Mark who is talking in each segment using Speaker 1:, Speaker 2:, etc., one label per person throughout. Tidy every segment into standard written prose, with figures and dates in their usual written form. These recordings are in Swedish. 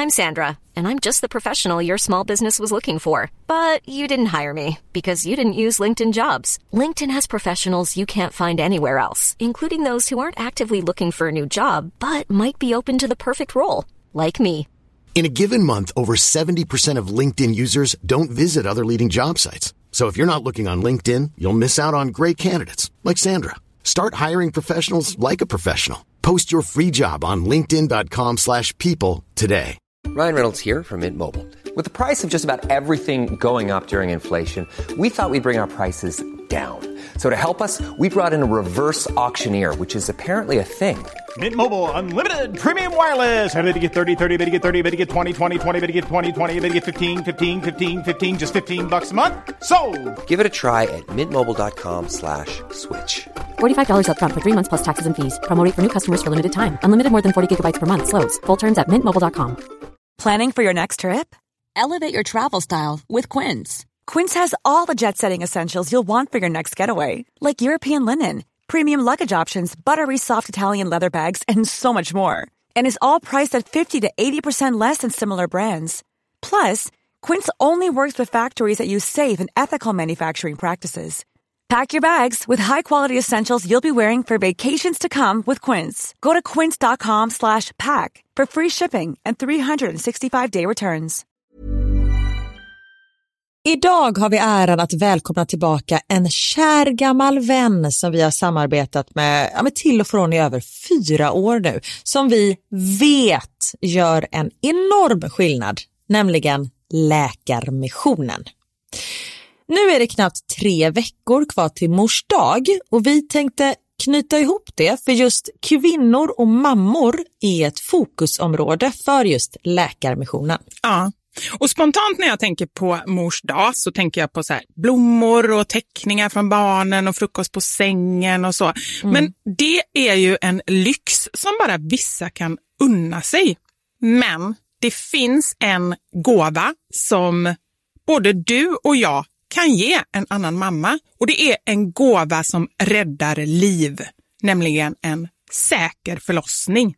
Speaker 1: I'm Sandra, and I'm just the professional your small business was looking for. But you didn't hire me because you didn't use LinkedIn Jobs. LinkedIn has professionals you can't find anywhere else, including those who aren't actively looking for a new job, but might be open to the perfect role, like me.
Speaker 2: In a given month, over 70% of LinkedIn users don't visit other leading job sites. So if you're not looking on LinkedIn, you'll miss out on great candidates like Sandra. Start hiring professionals like a professional. Post your free job on linkedin.com/people today.
Speaker 3: Ryan Reynolds here from Mint Mobile. With the price of just about everything going up during inflation, we thought we'd bring our prices down. So to help us, we brought in a reverse auctioneer, which is apparently a thing.
Speaker 4: Mint Mobile Unlimited Premium Wireless. How to get 30, 30, bit to get 30, bit to get 20, 20, 20, bit to get 20, 20, bit to get 15, 15, 15, 15, just $15 a month? Sold!
Speaker 3: Give it a try at mintmobile.com/switch.
Speaker 5: $45 up front for 3 months plus taxes and fees. Promo rate for new customers for limited time. Unlimited more than 40 gigabytes per month. Slows full terms at mintmobile.com.
Speaker 6: Planning for your next trip? Elevate your travel style with Quince. Quince has all the jet-setting essentials you'll want for your next getaway, like European linen, premium luggage options, buttery soft Italian leather bags, and so much more. And is all priced at 50 to 80% less than similar brands. Plus, Quince only works with factories that use safe and ethical manufacturing practices. Pack your bags with high-quality essentials you'll be wearing for vacations to come with Quince. Go to quince.com/pack for free shipping and 365-day returns.
Speaker 7: Idag har vi äran att välkomna tillbaka en kär gammal vän som vi har samarbetat med till och från i över 4 år nu. Som vi vet gör en enorm skillnad, nämligen Läkarmissionen. Nu är det knappt 3 veckor kvar till Mors dag och vi tänkte knyta ihop det, för just kvinnor och mammor är ett fokusområde för just Läkarmissionen.
Speaker 8: Ja. Och spontant när jag tänker på Mors dag så tänker jag på så här blommor och teckningar från barnen och frukost på sängen och så. Men det är ju en lyx som bara vissa kan unna sig. Men det finns en gåva som både du och jag kan ge en annan mamma. Och det är en gåva som räddar liv, nämligen en säker förlossning.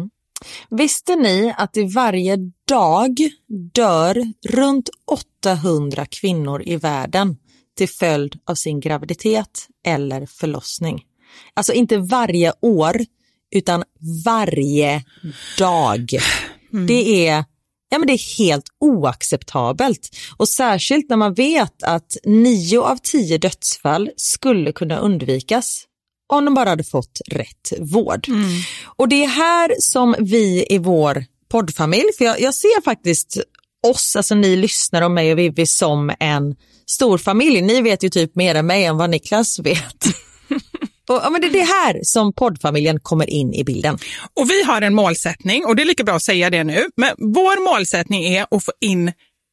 Speaker 7: Visste ni att i varje dag dör runt 800 kvinnor i världen till följd av sin graviditet eller förlossning? Alltså inte varje år, utan varje dag. Det är helt oacceptabelt. Och särskilt när man vet att 9 av 10 dödsfall skulle kunna undvikas om de bara hade fått rätt vård. Och det är här som vi i vår poddfamilj, för jag ser faktiskt oss, alltså ni lyssnar om mig och Vivi, som en stor familj. Ni vet ju typ mer än mig än vad Niklas vet. Men det är det här som poddfamiljen kommer in i bilden.
Speaker 8: Och vi har en målsättning, och det är lika bra att säga det nu. Men vår målsättning är att få in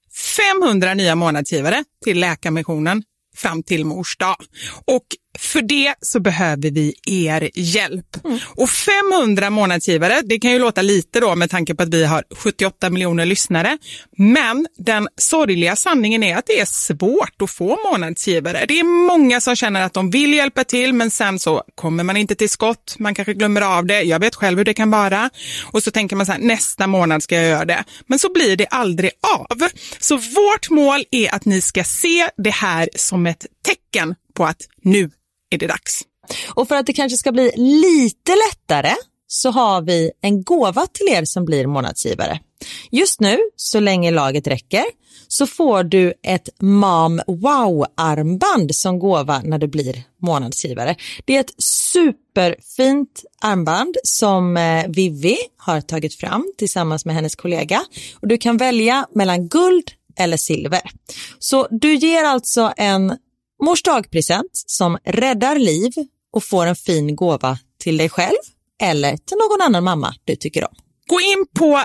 Speaker 8: 500 nya månadsgivare till Läkarmissionen fram till Mors dag. Och för det så behöver vi er hjälp. Och 500 månadsgivare, det kan ju låta lite då med tanke på att vi har 78 miljoner lyssnare. Men den sorgliga sanningen är att det är svårt att få månadsgivare. Det är många som känner att de vill hjälpa till, men sen så kommer man inte till skott. Man kanske glömmer av det. Jag vet själv hur det kan vara. Och så tänker man så här, nästa månad ska jag göra det. Men så blir det aldrig av. Så vårt mål är att ni ska se det här som ett tecken på att nu är det dags.
Speaker 7: Och för att det kanske ska bli lite lättare så har vi en gåva till er som blir månadsgivare. Just nu, så länge laget räcker, så får du ett Mom Wow-armband som gåva när du blir månadsgivare. Det är ett superfint armband som Vivi har tagit fram tillsammans med hennes kollega. Och du kan välja mellan guld eller silver. Så du ger alltså en Mors dagpresent som räddar liv och får en fin gåva till dig själv eller till någon annan mamma du tycker om.
Speaker 8: Gå in på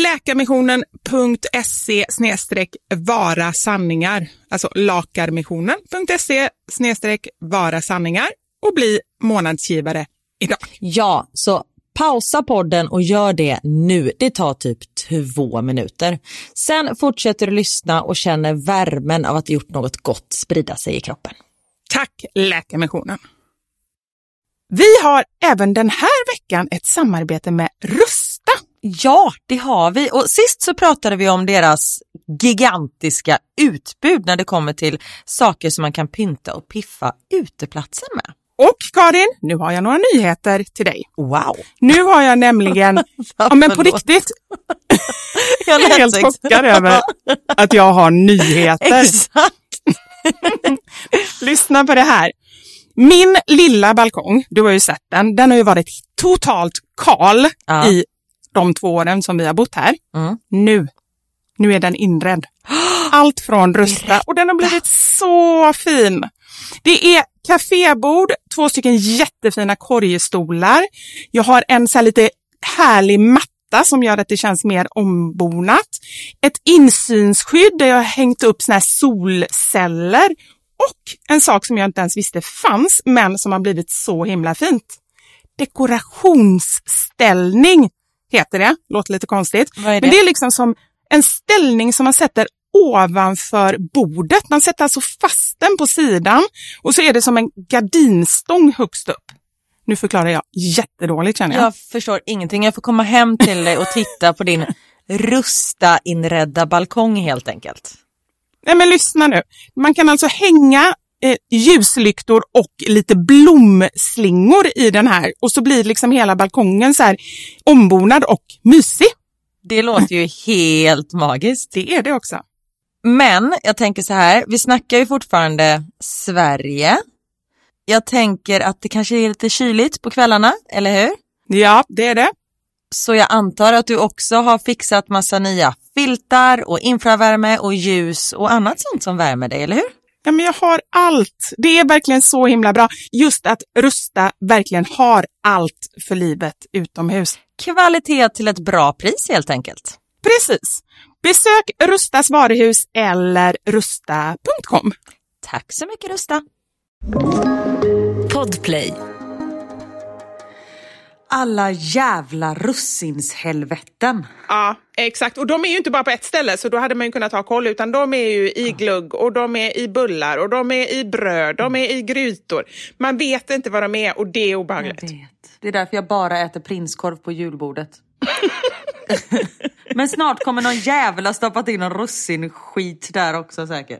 Speaker 8: läkarmissionen.se/vara sanningar, alltså lakarmissionen.se/vara sanningar och bli månadsgivare idag.
Speaker 7: Ja, så pausa podden och gör det nu. Det tar typ 2 minuter. Sen fortsätter du lyssna och känner värmen av att gjort något gott sprida sig i kroppen.
Speaker 8: Tack Läkarmissionen. Vi har även den här veckan ett samarbete med Rusta.
Speaker 7: Ja, det har vi. Och sist så pratade vi om deras gigantiska utbud när det kommer till saker som man kan pynta och piffa uteplatser med.
Speaker 8: Och Karin, nu har jag några nyheter till dig.
Speaker 7: Wow.
Speaker 8: Nu har jag nämligen, ja men på riktigt, jag är helt chockad över att jag har nyheter.
Speaker 7: Exakt.
Speaker 8: Lyssna på det här. Min lilla balkong, du har ju sett den har ju varit totalt kal i de 2 åren som vi har bott här. Nu är den inredd. Allt från rusta och den har blivit så fin. Det är kafébord, 2 stycken jättefina korgstolar. Jag har en så här lite härlig matta som gör att det känns mer ombonat. Ett insynsskydd där jag har hängt upp såna här solceller. Och en sak som jag inte ens visste fanns, men som har blivit så himla fint. Dekorationsställning heter det. Låter lite konstigt.
Speaker 7: Vad är det?
Speaker 8: Men det är liksom som en ställning som man sätter ovanför bordet. Man sätter alltså fast den på sidan. Och så är det som en gardinstång högst upp. Nu förklarar jag jättedåligt, känner jag.
Speaker 7: Jag förstår ingenting. Jag får komma hem till dig och titta på din rusta-inredda balkong helt enkelt.
Speaker 8: Nej, men lyssna nu. Man kan alltså hänga ljuslyktor och lite blomslingor i den här. Och så blir liksom hela balkongen så här ombonad och mysig.
Speaker 7: Det låter ju helt magiskt.
Speaker 8: Det är det också.
Speaker 7: Men jag tänker så här, vi snackar ju fortfarande Sverige. Jag tänker att det kanske är lite kyligt på kvällarna, eller hur?
Speaker 8: Ja, det är det.
Speaker 7: Så jag antar att du också har fixat massa nya filtar och infravärme och ljus och annat sånt som värmer dig, eller hur?
Speaker 8: Ja, men jag har allt. Det är verkligen så himla bra. Just att Rusta verkligen har allt för livet utomhus.
Speaker 7: Kvalitet till ett bra pris helt enkelt.
Speaker 8: Precis. Besök Rustas varuhus eller rusta.com.
Speaker 7: Tack så mycket, Rusta.
Speaker 6: Podplay.
Speaker 9: Alla jävla russinshelvetten.
Speaker 8: Ja, exakt. Och de är ju inte bara på ett ställe, så då hade man ju kunnat ha koll, utan de är ju i glugg och de är i bullar och de är i bröd, de är i grytor. Man vet inte vad de är och det är obehagligt.
Speaker 9: Jag vet. Det är därför jag bara äter prinskorv på julbordet. Men snart kommer någon jävla stoppat in någon russinskit där också säkert.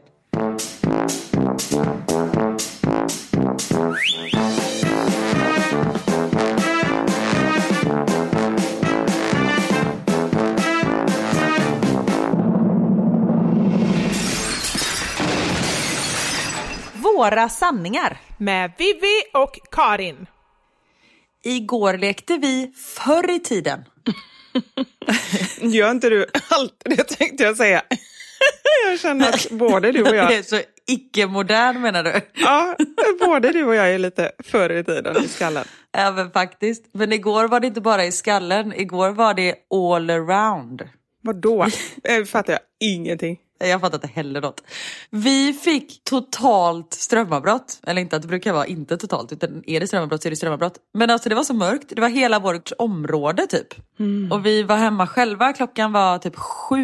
Speaker 7: Våra sanningar.
Speaker 8: Med Vivi och Karin.
Speaker 9: Igår lekte vi förr i tiden.
Speaker 8: Gör inte du allt det tänkte jag säga. Jag känner att både du och jag...
Speaker 9: Det är så icke-modern, menar du?
Speaker 8: Ja, både du och jag är lite förr i tiden i skallen.
Speaker 9: Ja, men faktiskt. Men igår var det inte bara i skallen. Igår var det all around.
Speaker 8: Vadå? Fattar jag ingenting.
Speaker 9: Jag fattar inte heller något. Vi fick totalt strömavbrott. Eller inte att det brukar vara inte totalt. Utan är det strömavbrott så är det strömavbrott. Men alltså det var så mörkt. Det var hela vårt område typ. Och vi var hemma själva. Klockan var typ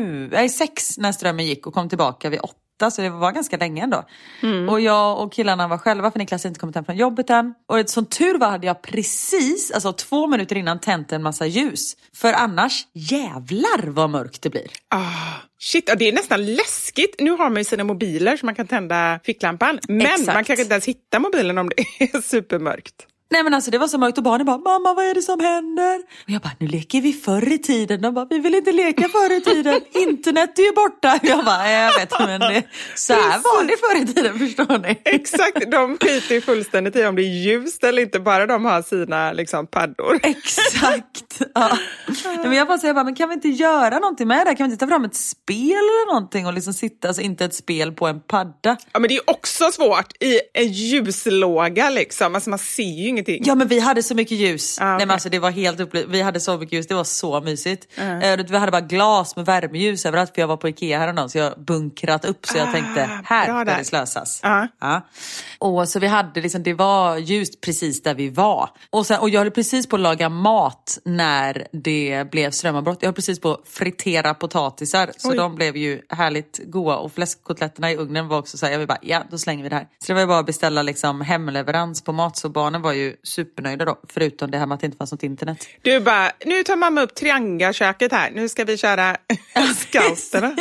Speaker 9: 6 när strömmen gick. Och kom tillbaka vid 8. Så det var ganska länge ändå. Och jag och killarna var själva. För Niklas inte kommit hem från jobbet än. Och som tur var hade jag precis, alltså 2 minuter innan, tänt en massa ljus. För annars, jävlar vad mörkt det blir.
Speaker 8: Shit, det är nästan läskigt. Nu har man ju sina mobiler så man kan tända ficklampan. Men
Speaker 9: Exakt.
Speaker 8: Man kanske inte ens hittar mobilen om det är supermörkt.
Speaker 9: Nej, men alltså det var så mörkt och barnen bara, mamma, vad är det som händer? Och jag bara, nu leker vi förr i tiden. De bara, vi vill inte leka förr i tiden. Internet är ju borta. Jag bara, jag vet, men det, så här var det förr i tiden, förstår ni?
Speaker 8: Exakt, de skiter ju fullständigt i om det är ljust eller inte. Bara de har sina liksom paddor.
Speaker 9: Exakt, ja. Nej, men jag bara säger, men kan vi inte göra någonting med det? Kan vi inte ta fram ett spel eller någonting och liksom sitta, alltså inte ett spel på en padda?
Speaker 8: Ja, men det är också svårt i en ljuslåga liksom. Alltså man ser ju ingenting.
Speaker 9: Ja, men vi hade så mycket ljus.
Speaker 8: Okay.
Speaker 9: Nej, men alltså det var helt vi hade så mycket ljus, det var så mysigt. Vi hade bara glas med värmeljus överallt, för jag var på Ikea häromdagen, så jag bunkrat upp, så jag tänkte, här ska det slösas. Ja. Och så vi hade liksom, det var ljust precis där vi var. Och jag höll precis på att laga mat när det blev strömavbrott. Jag höll precis på att fritera potatisar, så de blev ju härligt goda. Och fläskkotletterna i ugnen var också så här, jag vill bara, ja, då slänger vi det här. Så det var ju bara att beställa liksom hemleverans på mat, så barnen var ju ju supernöjda då. Förutom det här med att det inte fanns något internet.
Speaker 8: Du bara, nu tar mamma upp triangelköket här. Nu ska vi köra scouterna.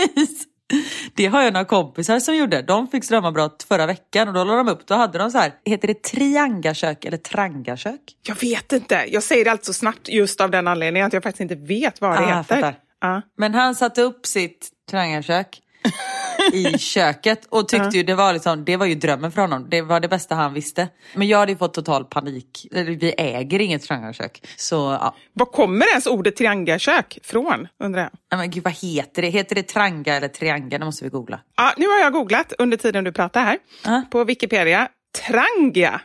Speaker 9: Det har jag några kompisar som gjorde. De fick strömavbrott förra veckan och då la de upp. Då hade de så här, heter det triangakök eller trangakök?
Speaker 8: Jag vet inte. Jag säger det alltså snabbt just av den anledningen att jag faktiskt inte vet vad det heter.
Speaker 9: Men han satte upp sitt triangakök i köket och tyckte ju det var ju drömmen för honom. Det var det bästa han visste. Men jag hade ju fått total panik. Vi äger inget triangelkök. Så ja.
Speaker 8: Var kommer ens ordet triangelkök från, undrar jag?
Speaker 9: Ja, men gud, vad heter det? Heter det tranga eller trianga? Det måste vi googla.
Speaker 8: Ja, nu har jag googlat under tiden du pratar här. På Wikipedia. Trangia.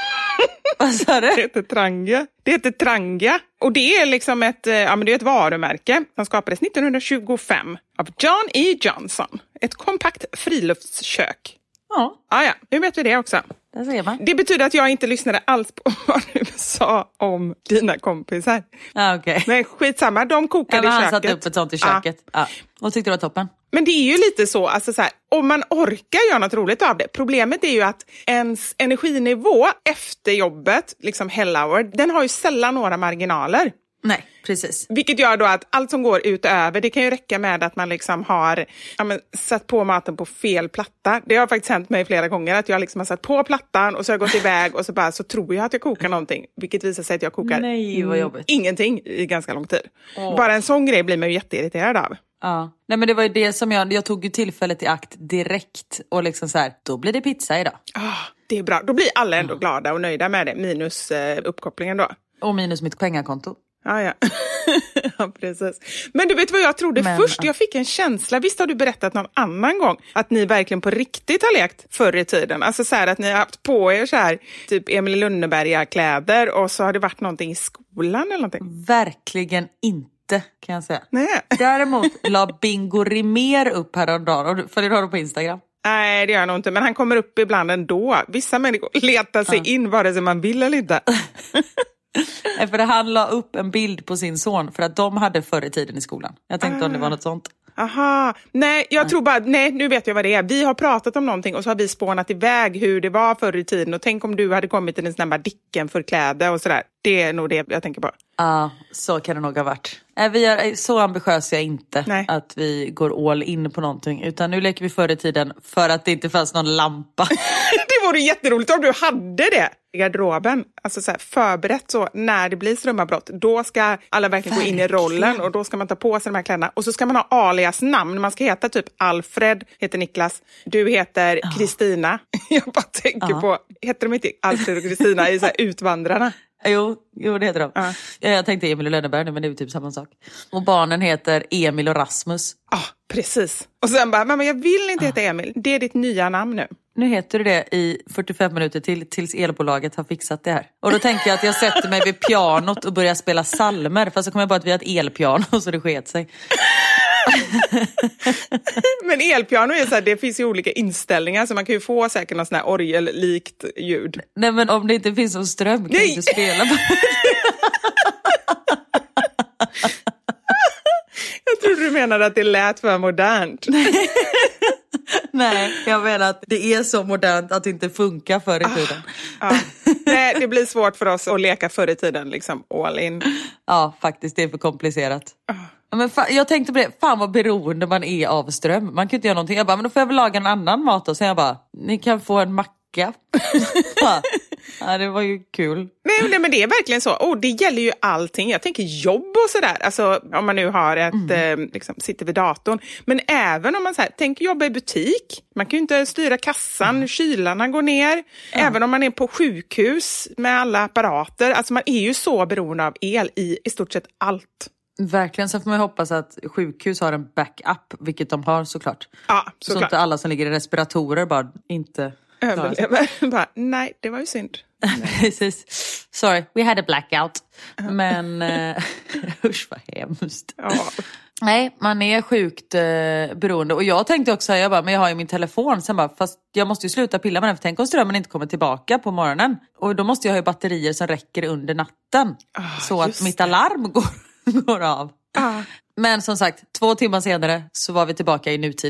Speaker 9: Vad sa du?
Speaker 8: Det heter Trangia. Och det är liksom ett varumärke som skapades 1925 av John E. Johnson. Ett kompakt friluftskök.
Speaker 9: Ja.
Speaker 8: Ja, nu vet vi det också.
Speaker 9: Där ser man.
Speaker 8: Det betyder att jag inte lyssnade alls på vad du sa om dina kompisar.
Speaker 9: Ja, okej.
Speaker 8: Men skitsamma, de kokade i köket.
Speaker 9: Han satte upp ett sånt i köket. Ja. Och tyckte det var toppen.
Speaker 8: Men det är ju lite så, alltså så här, om man orkar göra något roligt av det. Problemet är ju att ens energinivå efter jobbet, liksom hell hour, den har ju sällan några marginaler.
Speaker 9: Nej, precis.
Speaker 8: Vilket gör då att allt som går utöver, det kan ju räcka med att man liksom har satt på maten på fel platta. Det har faktiskt hänt mig flera gånger att jag liksom har satt på plattan och så har jag gått iväg och så tror jag att jag kokar någonting. Vilket visar sig att jag kokar
Speaker 9: vad jobbigt.
Speaker 8: Ingenting i ganska lång tid. Bara en sån grej blir man ju jätteirriterad av.
Speaker 9: Ja, nej men det var ju det som jag tog ju tillfället i akt direkt och liksom så här, då blir det pizza idag.
Speaker 8: Det är bra, då blir alla ändå glada och nöjda med det, minus uppkopplingen då.
Speaker 9: Och minus mitt pengakonto.
Speaker 8: Ja. Ja, precis. Men du vet vad jag trodde först? Jag fick en känsla, visst har du berättat någon annan gång att ni verkligen på riktigt har lekt förr i tiden? Alltså så här att ni har haft på er så här typ Emil Lönneberga-kläder och så har det varit någonting i skolan eller någonting?
Speaker 9: Verkligen inte, kan jag säga.
Speaker 8: Nej.
Speaker 9: Däremot la Bingo Rimér upp häromdagen. Följer du honom på Instagram?
Speaker 8: Nej, det gör jag nog inte. Men han kommer upp ibland ändå. Vissa människor letar sig in vare sig man vill eller inte.
Speaker 9: För han la upp en bild på sin son för att de hade förr i tiden i skolan. Jag tänkte om det var något sånt.
Speaker 8: Aha, nej jag tror bara, nu vet jag vad det är. Vi har pratat om någonting och så har vi spånat iväg hur det var förr i tiden. Och tänk om du hade kommit till en sån här Dicken för kläder och sådär. Det är nog det jag tänker på.
Speaker 9: Ja, så kan det nog ha varit. Vi är så ambitiösa inte att vi går all in på någonting. Utan nu leker vi förr i tiden för att det inte fanns någon lampa.
Speaker 8: Det vore jätteroligt om du hade det i garderoben. Alltså så här, förberett så när det blir strömavbrott. Då ska alla verkligen gå in i rollen och då ska man ta på sig de här kläderna. Och så ska man ha alias namn. Man ska heta typ Alfred, heter Niklas. Du heter Kristina. Jag bara tänker på, heter de inte Alfred och Kristina i så här Utvandrarna?
Speaker 9: Jo, det heter de. Jag tänkte Emil och Lönneberg nu, men det är ju typ samma sak. Och barnen heter Emil och Rasmus.
Speaker 8: Precis. Och sen bara, mamma jag vill inte heta Emil. Det är ditt nya namn nu.
Speaker 9: Nu heter du det i 45 minuter tills elbolaget har fixat det här. Och då tänkte jag att jag sätter mig vid pianot och börjar spela salmer. Fast så kommer jag på att vi har ett elpiano så det sket sig.
Speaker 8: Men elpiano är så här, det finns ju olika inställningar så man kan ju få säkert någon sån här orgellikt ljud.
Speaker 9: Nej men om det inte finns någon ström kan jag inte spela på.
Speaker 8: Jag trodde du menade att det lät för modernt.
Speaker 9: Nej, jag menar att det är så modernt att det inte funkar förr i tiden.
Speaker 8: Nej, det blir svårt för oss att leka förr i tiden, liksom all in.
Speaker 9: Ja, faktiskt, det är för komplicerat. Men jag tänkte på det, fan vad beroende man är av ström. Man kan ju inte göra någonting. Jag bara, men då får jag väl laga en annan mat. Och sen jag bara, ni kan få en macka. Ja, det var ju kul.
Speaker 8: Nej, men det är verkligen så. Det gäller ju allting. Jag tänker jobb och sådär. Alltså om man nu har ett, sitter vid datorn. Men även om man så här, tänker jobba i butik. Man kan ju inte styra kassan, kylarna går ner. Även om man är på sjukhus med alla apparater. Alltså man är ju så beroende av el i stort sett allt.
Speaker 9: Verkligen, så får man hoppas att sjukhus har en backup, vilket de har såklart.
Speaker 8: Ja, såklart.
Speaker 9: Så inte alla som ligger i respiratorer bara inte
Speaker 8: överlever. Bara, nej, det var ju synd.
Speaker 9: Precis. Sorry, we had a blackout. Men usch vad hemskt.
Speaker 8: Ja.
Speaker 9: Nej, man är sjukt beroende. Och jag tänkte också, men jag har ju min telefon. Sen bara, fast jag måste ju sluta pilla med den. För tänk om strömmen inte kommer tillbaka på morgonen. Och då måste jag ha batterier som räcker under natten. Så att mitt alarm går av. Men som sagt, 2 timmar senare så var vi tillbaka i nutid igen.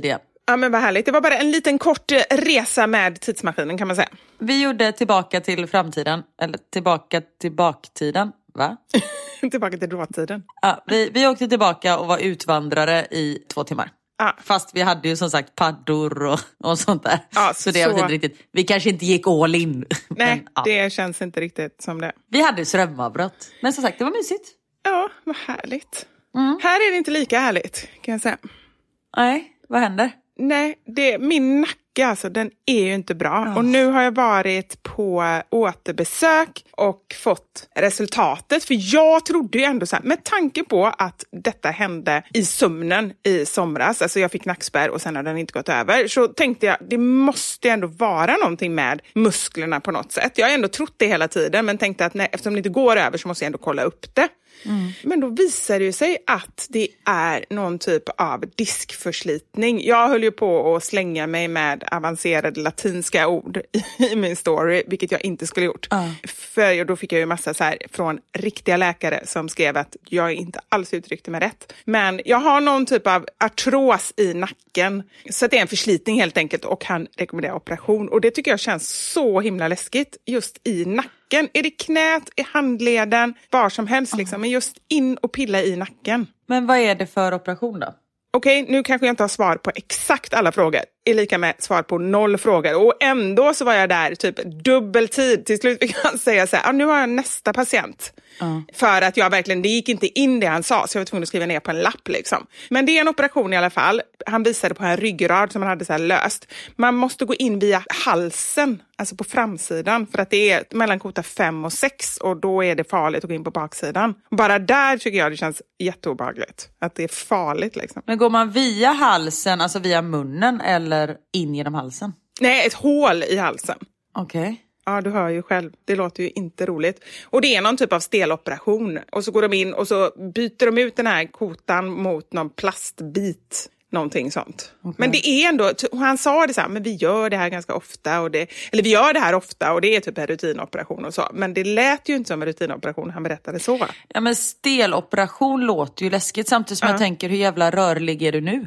Speaker 8: Ja, men vad härligt. Det var bara en liten kort resa med tidsmaskinen, kan man säga.
Speaker 9: Vi gjorde tillbaka till framtiden. Eller tillbaka till baktiden. Va?
Speaker 8: Tillbaka till dåtiden.
Speaker 9: Ja, vi åkte tillbaka och var utvandrare i 2 timmar. Fast vi hade ju som sagt paddor och sånt där.
Speaker 8: Ja,
Speaker 9: så det var inte riktigt. Vi kanske inte gick all in.
Speaker 8: Nej,
Speaker 9: men, ja.
Speaker 8: Det känns inte riktigt som det.
Speaker 9: Vi hade strömavbrott. Men som sagt, det var mysigt.
Speaker 8: Ja, vad härligt. Här är det inte lika härligt, kan jag säga.
Speaker 9: Nej, vad händer?
Speaker 8: Nej, min nacke alltså, den är ju inte bra. Och nu har jag varit på återbesök och fått resultatet. För jag trodde ju ändå så här, med tanke på att detta hände i sömnen i somras. Alltså jag fick nackspärr och sen har den inte gått över. Så tänkte jag, det måste ändå vara någonting med musklerna på något sätt. Jag har ändå trott det hela tiden, men tänkte att nej, eftersom det inte går över så måste jag ändå kolla upp det. Men då visar det ju sig att det är någon typ av diskförslitning. Jag höll ju på att slänga mig med avancerade latinska ord i min story, vilket jag inte skulle gjort. För då fick jag ju massa så här från riktiga läkare som skrev att jag inte alls uttryckte mig rätt. Men jag har någon typ av artros i nacken, så att det är en förslitning helt enkelt, och han rekommenderar operation. Och det tycker jag känns så himla läskigt just i nacken. Är det knät, i handleden, var som helst liksom. Men just in och pilla i nacken.
Speaker 9: Men vad är det för operation då?
Speaker 8: Okej, nu kanske jag inte har svar på exakt alla frågor. Är lika med svar på 0 frågor. Och ändå så var jag där typ dubbeltid. Till slut fick han säga så här, nu har jag nästa patient. För att jag verkligen, det gick inte in det han sa. Så jag var tvungen att skriva ner på en lapp liksom. Men det är en operation i alla fall. Han visade på en ryggrad som han hade så här löst. Man måste gå in via halsen. Alltså på framsidan. För att det är mellan kota 5 och 6. Och då är det farligt att gå in på baksidan. Bara där tycker jag det känns jätteobehagligt. Att det är farligt liksom.
Speaker 9: Men går man via halsen, alltså via munnen eller in genom halsen?
Speaker 8: Nej, ett hål i halsen.
Speaker 9: Okej.
Speaker 8: Ja, du hör ju själv. Det låter ju inte roligt. Och det är någon typ av steloperation. Och så går de in och så byter de ut den här kotan mot någon plastbit. Någonting sånt. Okay. Men det är ändå, han sa det så här, men vi gör det här ganska ofta. Eller vi gör det här ofta och det är typ en rutinoperation och så. Men det lät ju inte som en rutinoperation, han berättade så.
Speaker 9: Ja, men steloperation låter ju läskigt samtidigt som jag tänker, hur jävla rörlig är du nu?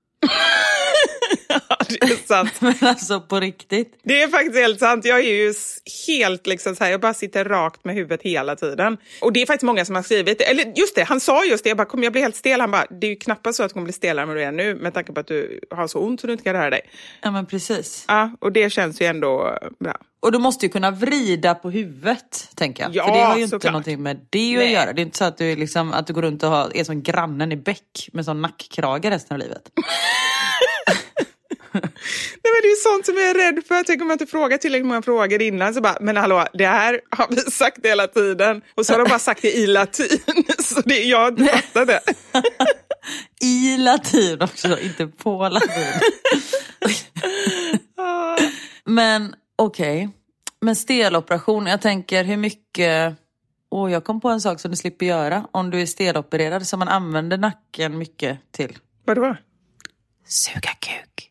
Speaker 8: Ja, det är sant.
Speaker 9: Men alltså på riktigt.
Speaker 8: Det är faktiskt helt sant. Jag är ju helt liksom så här, jag bara sitter rakt med huvudet hela tiden. Och det är faktiskt många som har skrivit, eller just det, han sa just det, jag bara, kommer jag bli helt stel? Han bara, det är ju knappast så att du kommer bli stelare än du är nu, med tanke på att du har så ont så du inte kan röra dig.
Speaker 9: Ja, men precis.
Speaker 8: Ja, och det känns ju ändå bra.
Speaker 9: Och du måste ju kunna vrida på huvudet, tänker jag.
Speaker 8: Ja,
Speaker 9: för det har ju inte
Speaker 8: såklart
Speaker 9: någonting med det att göra. Det är inte så att du, liksom, att du går runt och är som grannen i bäck med sån nackkrage resten av livet.
Speaker 8: Nej, men det är ju sånt som jag är rädd för. Tänk om jag inte frågar tillräckligt många frågor innan. Så bara, men hallå, det här har vi sagt hela tiden. Och så har de bara sagt det i latin. Så det, jag fattar det.
Speaker 9: I latin också, inte på latin. Men okej. Men steloperation, jag tänker hur mycket... jag kom på en sak som du slipper göra om du är stelopererad, som man använder nacken mycket till.
Speaker 8: Vad det var?
Speaker 9: Suga kuk.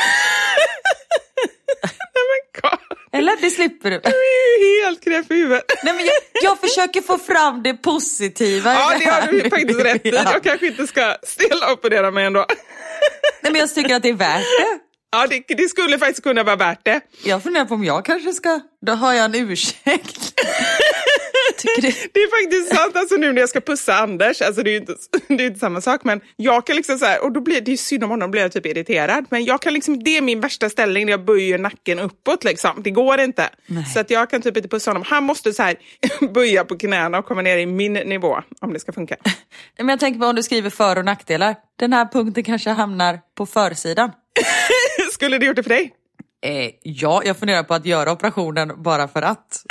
Speaker 8: Nej, men God.
Speaker 9: Eller det slipper du.
Speaker 8: Du är ju helt knäpp i huvudet.
Speaker 9: Nej, men jag försöker få fram det positiva.
Speaker 8: Ja, det har du faktiskt rätt i. Jag kanske inte ska steloperera mig ändå.
Speaker 9: Nej, men jag tycker att det är värt det.
Speaker 8: Ja, det skulle faktiskt kunna vara värt det.
Speaker 9: Jag funderar på om jag kanske ska... Då har jag en ursäkt.
Speaker 8: Det är faktiskt sant, alltså nu när jag ska pussa Anders, alltså det är inte samma sak, men jag kan liksom så här, och då blir det ju synd om honom, blir jag typ irriterad, men jag kan liksom, det är min värsta ställning när jag böjer nacken uppåt liksom, det går inte. Nej. Så att jag kan typ inte pussa honom, han måste så här böja på knäna och komma ner i min nivå om det ska funka.
Speaker 9: Men jag tänker på om du skriver för- och nackdelar, den här punkten kanske hamnar på försidan.
Speaker 8: Skulle det gjort det för dig?
Speaker 9: Ja, jag funderar på att göra operationen bara för att.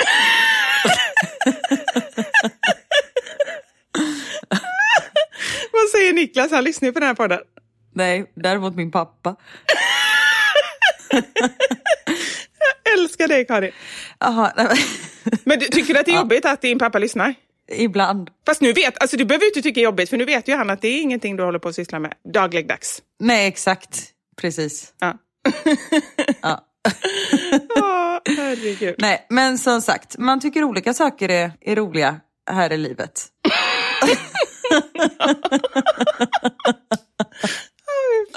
Speaker 8: Vad säger Niklas? Han lyssnar på den här podden.
Speaker 9: Nej, däremot min pappa.
Speaker 8: Jag älskar dig, Karin.
Speaker 9: Aha,
Speaker 8: men du tycker att det är jobbigt att din pappa lyssnar?
Speaker 9: Ibland.
Speaker 8: Fast nu vet, alltså du behöver inte tycka det är jobbigt, för nu vet ju han att det är ingenting du håller på att syssla med dagligdags.
Speaker 9: Nej, exakt. Precis.
Speaker 8: Ja.
Speaker 9: Ja.
Speaker 8: Herregud.
Speaker 9: Nej, men som sagt, man tycker olika saker är roliga här i livet.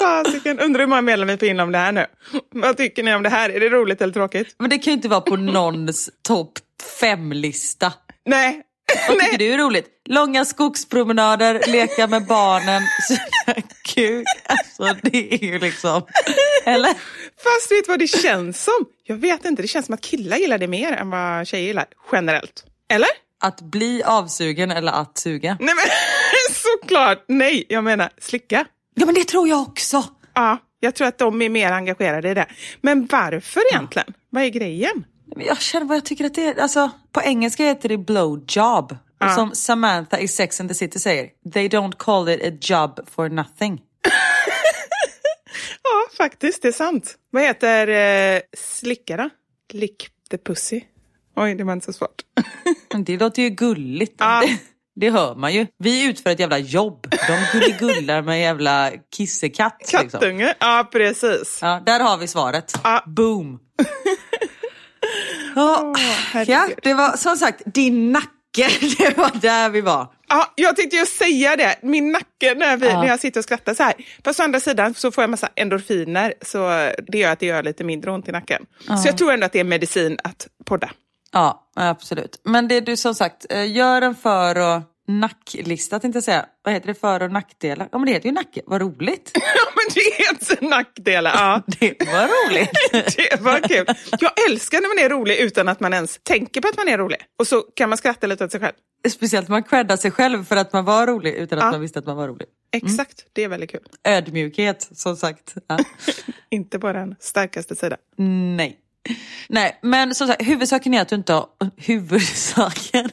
Speaker 8: Fasiken, undrar hur många medlemmar vi får in om det här nu. Vad tycker ni om det här? Är det roligt eller tråkigt?
Speaker 9: Men det kan ju inte vara på någons topp 5-lista.
Speaker 8: Nej.
Speaker 9: Vad tycker du är roligt? Långa skogspromenader, leka med barnen. Kul. Alltså det är ju liksom... Eller?
Speaker 8: Fast vet vad det känns som? Jag vet inte, det känns som att killar gillar det mer än vad tjejer gillar. Generellt. Eller?
Speaker 9: Att bli avsugen eller att suga?
Speaker 8: Nej men såklart. Nej, jag menar slicka.
Speaker 9: Ja men det tror jag också.
Speaker 8: Ja, jag tror att de är mer engagerade i det. Men varför egentligen? Vad är grejen?
Speaker 9: Jag känner vad jag tycker att det är. Alltså, på engelska heter det blowjob. Och som Samantha i Sex and the City säger, they don't call it a job for nothing.
Speaker 8: Ja, faktiskt, det är sant. Vad heter slicka då? Lick the pussy. Oj, det var inte så svårt.
Speaker 9: Det låter ju gulligt. Det hör man ju. Vi utför ett jävla jobb. De gullar med jävla kissekatt.
Speaker 8: Kattunge, liksom. Ja precis.
Speaker 9: Ja, där har vi svaret. Boom. Ja, det var som sagt din nacke. Det var där vi var.
Speaker 8: Ja, jag tänkte ju säga det. Min nacke när jag sitter och skrattar så här. På andra sidan så får jag massa endorfiner. Så det gör att det gör lite mindre ont i nacken. Så jag tror ändå att det är medicin att podda.
Speaker 9: Ja, absolut. Men det du som sagt, gör en för- och nacklista, tänkte jag säga. Vad heter det? För- och nackdelar? Ja, men det heter ju nacke. Vad roligt.
Speaker 8: Ja, men det heter nackdelar. Ja.
Speaker 9: Det var roligt.
Speaker 8: Det var kul. Jag älskar när man är rolig utan att man ens tänker på att man är rolig. Och så kan man skratta lite åt sig själv.
Speaker 9: Speciellt man creddar sig själv för att man var rolig utan att man visste att man var rolig.
Speaker 8: Exakt, det är väldigt kul.
Speaker 9: Ödmjukhet, som sagt. Ja.
Speaker 8: Inte på den starkaste sidan.
Speaker 9: Nej, men som sagt, huvudsaken är att du inte har... Huvudsaken?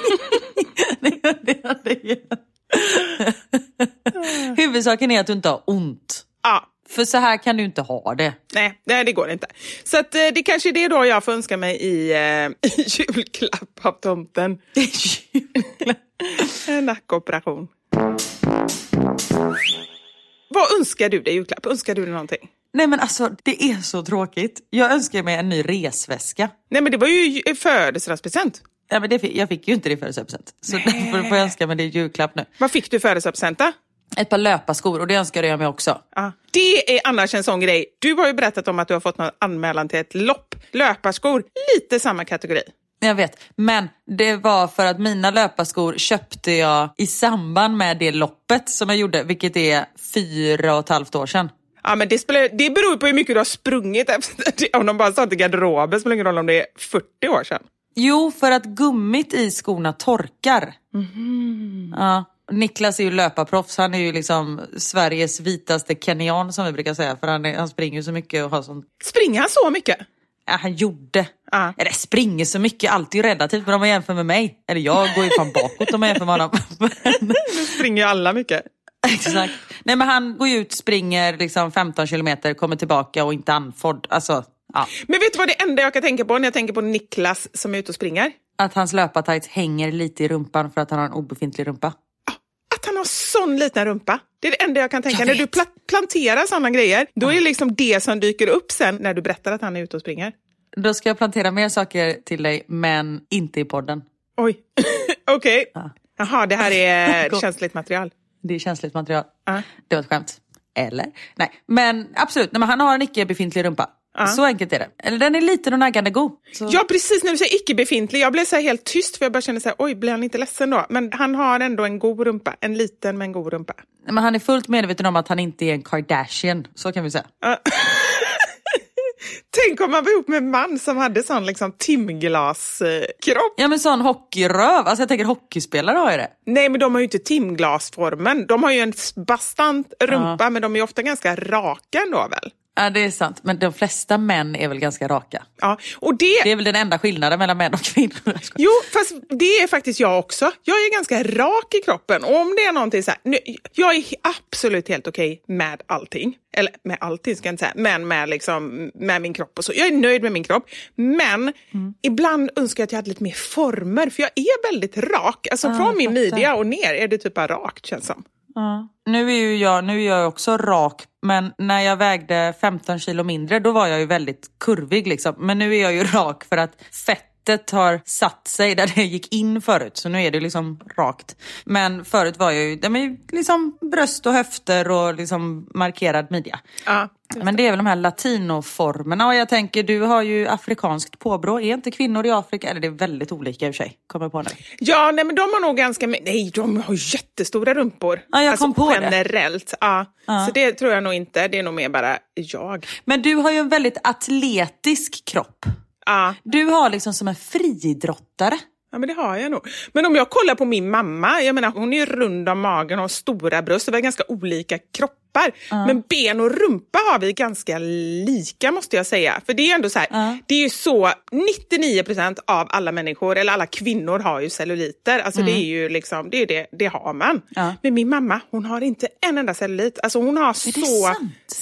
Speaker 9: Huvudsaken är att du inte har ont.
Speaker 8: Ja.
Speaker 9: För så här kan du inte ha det.
Speaker 8: Nej, det går inte. Så att, det kanske är det då jag får önska mig i julklapp av tomten. En nackoperation. Vad önskar du dig i julklapp? Önskar du dig någonting?
Speaker 9: Nej men alltså, det är så tråkigt. Jag önskar mig en ny resväska.
Speaker 8: Nej men det var ju födelsedagspresent.
Speaker 9: Ja men jag fick ju inte det i födelsedagspresent. Så därför får jag önska mig det i julklapp nu.
Speaker 8: Vad fick du födelsedagspresent då?
Speaker 9: Ett par löparskor, och det önskar jag mig också.
Speaker 8: Ja. Det är annars en sån grej. Du har ju berättat om att du har fått någon anmälan till ett lopp. Löparskor, lite samma kategori.
Speaker 9: Jag vet, men det var för att mina löparskor köpte jag i samband med det loppet som jag gjorde, vilket är 4,5 år sedan.
Speaker 8: Ja, men det beror på hur mycket du har sprungit efter. Om de bara sa till garderoben spelar ingen roll om det är 40 år sedan.
Speaker 9: Jo, för att gummit i skorna torkar. Ja. Niklas är ju löparproffs. Han är ju liksom Sveriges vitaste kenyan, som vi brukar säga. För han springer ju så mycket och har sånt.
Speaker 8: Springer han så mycket?
Speaker 9: Ja, han gjorde. Eller springer så mycket, alltid relativt. Men om man jämför med mig. Eller jag går ju fan bakåt om man jämför med honom.
Speaker 8: Nu springer ju alla mycket.
Speaker 9: Exakt. Nej, men han går ju ut, springer liksom 15 kilometer, kommer tillbaka och inte andfådd. Alltså, ja.
Speaker 8: Men vet du vad det enda jag kan tänka på när jag tänker på Niklas som är ute och springer?
Speaker 9: Att hans löpartights hänger lite i rumpan för att han har en obefintlig rumpa.
Speaker 8: Att han har sån liten rumpa. Det är det enda jag kan tänka. När du planterar sådana grejer, då är det liksom det som dyker upp sen när du berättar att han är ute och springer.
Speaker 9: Då ska jag plantera mer saker till dig, men inte i podden.
Speaker 8: Oj, okej. Okay. Jaha, det här är känsligt material.
Speaker 9: Det är känsligt material. Det var ett skämt. Eller? Nej, men absolut. Nej, men han har en icke-befintlig rumpa. Så enkelt är det. Eller den är liten och naggande god. Så.
Speaker 8: Ja, precis. När du säger icke-befintlig. Jag blev så här helt tyst för jag bara kände så här, oj, blir han inte ledsen då? Men han har ändå en god rumpa. En liten men god rumpa.
Speaker 9: Men han är fullt medveten om att han inte är en Kardashian. Så kan vi säga.
Speaker 8: Tänk om man var ihop med en man som hade sån liksom timglaskropp.
Speaker 9: Ja, men sån hockeyröv. Alltså jag tänker hockeyspelare har ju det.
Speaker 8: Nej, men de har ju inte timglasformen. De har ju en bastant rumpa, men de är ofta ganska raka ändå väl?
Speaker 9: Ja, det är sant. Men de flesta män är väl ganska raka.
Speaker 8: Ja, och det
Speaker 9: är väl den enda skillnaden mellan män och kvinnor.
Speaker 8: Jo, fast det är faktiskt jag också. Jag är ganska rak i kroppen. Och om det är någonting så här... jag är absolut helt okej med allting. Eller med allting ska jag inte säga. Men med min kropp och så. Jag är nöjd med min kropp. Men ibland önskar jag att jag hade lite mer former. För jag är väldigt rak. Alltså från min midja och ner är det typ bara rakt, känns som.
Speaker 9: Nu är jag också rak, men när jag vägde 15 kilo mindre då var jag ju väldigt kurvig liksom. Men nu är jag ju rak för att fettet har satt sig där det gick in förut. Så nu är det liksom rakt. Men förut var ju liksom bröst och höfter och liksom markerad midja.
Speaker 8: Ja.
Speaker 9: Men det är väl de här latinoformerna. Och jag tänker, du har ju afrikanskt påbrå. Är inte kvinnor i Afrika? Eller det är väldigt olika i och för sig. Kommer på det.
Speaker 8: Ja, nej, men de har nog ganska... Nej, de har jättestora rumpor.
Speaker 9: Ja, jag kom på
Speaker 8: generellt. Det. Ja. Så det tror jag nog inte. Det är nog mer bara jag.
Speaker 9: Men du har ju en väldigt atletisk kropp.
Speaker 8: Ja.
Speaker 9: Du har liksom som en friidrottare.
Speaker 8: Ja, men det har jag nog. Men om jag kollar på min mamma, jag menar, hon är ju rund om magen och har stora bröst. Det var ganska olika kroppar. Men ben och rumpa har vi ganska lika, måste jag säga. För det är ändå så här, det är ju så, 99% av alla människor, eller alla kvinnor har ju celluliter. Alltså det är ju liksom, det har man. Men min mamma, hon har inte en enda cellulit. Alltså hon har så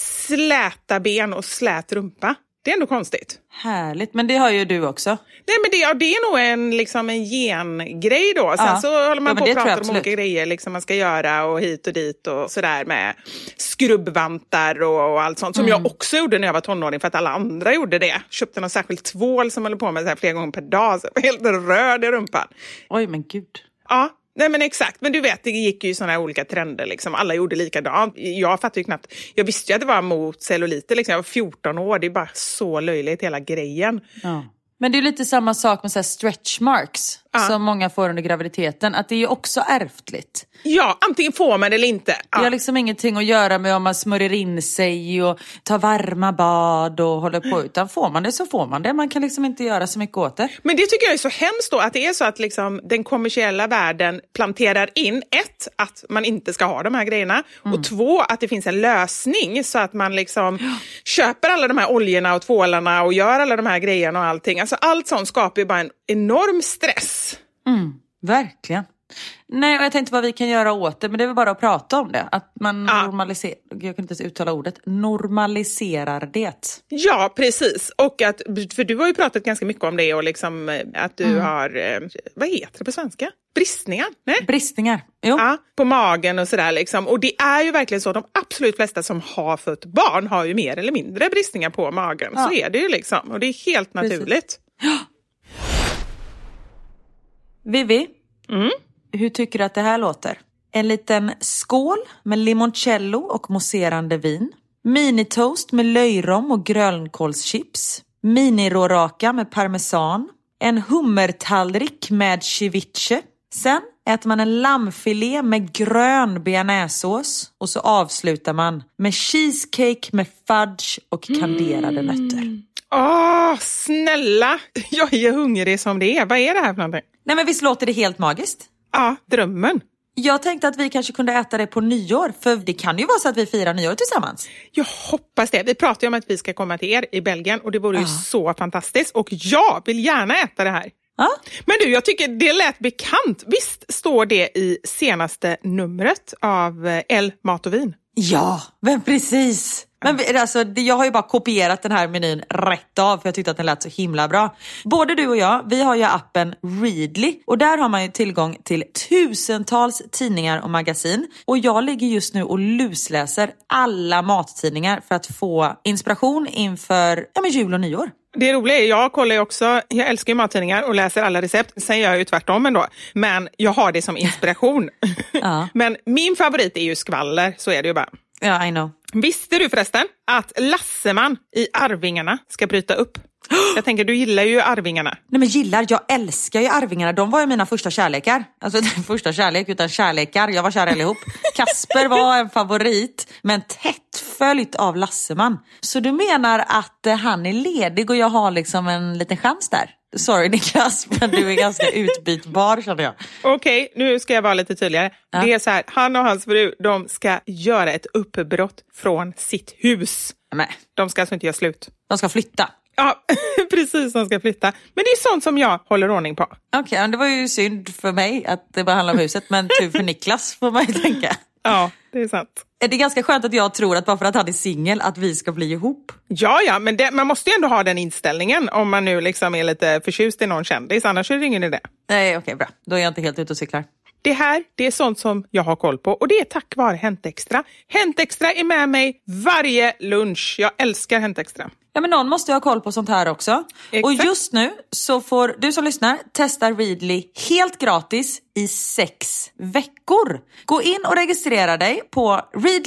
Speaker 8: släta ben och slät rumpa. Det är ändå konstigt.
Speaker 9: Härligt, men det har ju du också.
Speaker 8: Nej, men det är nog en gengrej då. Sen så håller man på att prata om olika grejer liksom man ska göra och hit och dit och sådär med skrubbvantar och allt sånt. Som jag också gjorde när jag var tonåring för att alla andra gjorde det. Köpte någon särskild tvål som håller på med så här flera gånger per dag. Så jag var helt röd i rumpan.
Speaker 9: Oj, men gud.
Speaker 8: Ja. Nej, men exakt, men du vet, det gick ju såna här olika trender liksom. Alla gjorde likadant. Jag fattade ju knappt. Jag visste ju att det var mot celluliter liksom. Jag var 14 år, det är bara så löjligt hela grejen.
Speaker 9: Ja. Men det är lite samma sak med så här stretch marks som många får under graviditeten. Att det är ju också ärftligt.
Speaker 8: Ja, antingen får man det eller inte. Ja.
Speaker 9: Det har liksom ingenting att göra med om man smörjer in sig och tar varma bad och håller på. Utan får man det så får man det. Man kan liksom inte göra så mycket åt det.
Speaker 8: Men det tycker jag är så hemskt då. Att det är så att liksom den kommersiella världen planterar in att man inte ska ha de här grejerna. Och 2, att det finns en lösning. Så att man liksom köper alla de här oljorna och tvålarna och gör alla de här grejerna och allting. Alltså allt sånt skapar ju bara en enorm stress.
Speaker 9: Verkligen. Nej, och jag tänkte vad vi kan göra åt det, men det är väl bara att prata om det. Att man normaliserar, jag kan inte ens uttala ordet, normaliserar det. Ja, precis. Och att, för du har ju pratat ganska mycket om det och liksom att du har, vad heter det på svenska? Bristningar? Nej? Bristningar, jo.
Speaker 8: Ja, på magen och sådär liksom. Och det är ju verkligen så, de absolut flesta som har fött barn har ju mer eller mindre bristningar på magen. Så är det ju liksom, och det är helt naturligt.
Speaker 9: Ja. Vivi? Hur tycker du att det här låter? En liten skål med limoncello och mousserande vin. Minitoast med löjrom och grönkålschips. Miniråraka med parmesan. En hummertallrik med ceviche. Sen äter man en lammfilé med grön bearnaisesås. Och så avslutar man med cheesecake med fudge och kanderade nötter.
Speaker 8: Snälla! Jag är hungrig som det är. Vad är det här för någonting?
Speaker 9: Nej, men visst låter det helt magiskt?
Speaker 8: Ja, drömmen.
Speaker 9: Jag tänkte att vi kanske kunde äta det på nyår. För det kan ju vara så att vi firar nyår tillsammans.
Speaker 8: Jag hoppas det. Vi pratar ju om att vi ska komma till er i Belgien. Och det vore ju så fantastiskt. Och jag vill gärna äta det här. Men du, jag tycker det lät bekant. Visst står det i senaste numret av El Mat och Vin?
Speaker 9: Ja, men precis. Men alltså, jag har ju bara kopierat den här menyn rätt av för jag tyckte att den lät så himla bra. Både du och jag, vi har ju appen Readly och där har man ju tillgång till tusentals tidningar och magasin. Och jag ligger just nu och lusläser alla mattidningar för att få inspiration inför jul och nyår.
Speaker 8: Det roliga är, jag kollar ju också, jag älskar ju mattidningar och läser alla recept. Sen gör jag ju tvärtom ändå. Men jag har det som inspiration. Men min favorit är ju skvaller, så är det ju bara.
Speaker 9: Ja, I know.
Speaker 8: Visste du förresten att Lasseman i Arvingarna ska bryta upp? Jag tänker, du gillar ju Arvingarna.
Speaker 9: Nej, men jag älskar ju Arvingarna. De var ju mina första kärlekar. Alltså inte första kärlek utan kärlekar. Jag var kär allihop. Kasper var en favorit, men tätt följt av Lasseman. Så du menar att han är ledig och jag har liksom en liten chans där? Sorry Niklas, men du är ganska utbytbar känner jag.
Speaker 8: Okej, nu ska jag vara lite tydligare. Ja. Det är så här, han och hans fru, de ska göra ett uppbrott från sitt hus.
Speaker 9: Nej.
Speaker 8: De ska alltså inte göra slut.
Speaker 9: De ska flytta.
Speaker 8: Ja, precis, de ska flytta. Men det är sånt som jag håller ordning på.
Speaker 9: Okej, det var ju synd för mig att det bara handlar om huset, men tur för Niklas får man ju tänka.
Speaker 8: Ja, det är sant.
Speaker 9: Det är ganska skönt att jag tror att bara för att han är singel att vi ska bli ihop.
Speaker 8: Ja, men man måste ju ändå ha den inställningen om man nu liksom är lite förtjust i någon kändis. Annars är det ingen idé.
Speaker 9: Nej, okej, bra. Då är jag inte helt ute och cyklar.
Speaker 8: Det här, det är sånt som jag har koll på. Och det är tack vare Hänt Extra. Hänt Extra är med mig varje lunch. Jag älskar Hänt Extra.
Speaker 9: Ja, men någon måste ju ha koll på sånt här också.
Speaker 8: Exakt.
Speaker 9: Och just nu så får du som lyssnar testa Readly helt gratis i 6 veckor. Gå in och registrera dig på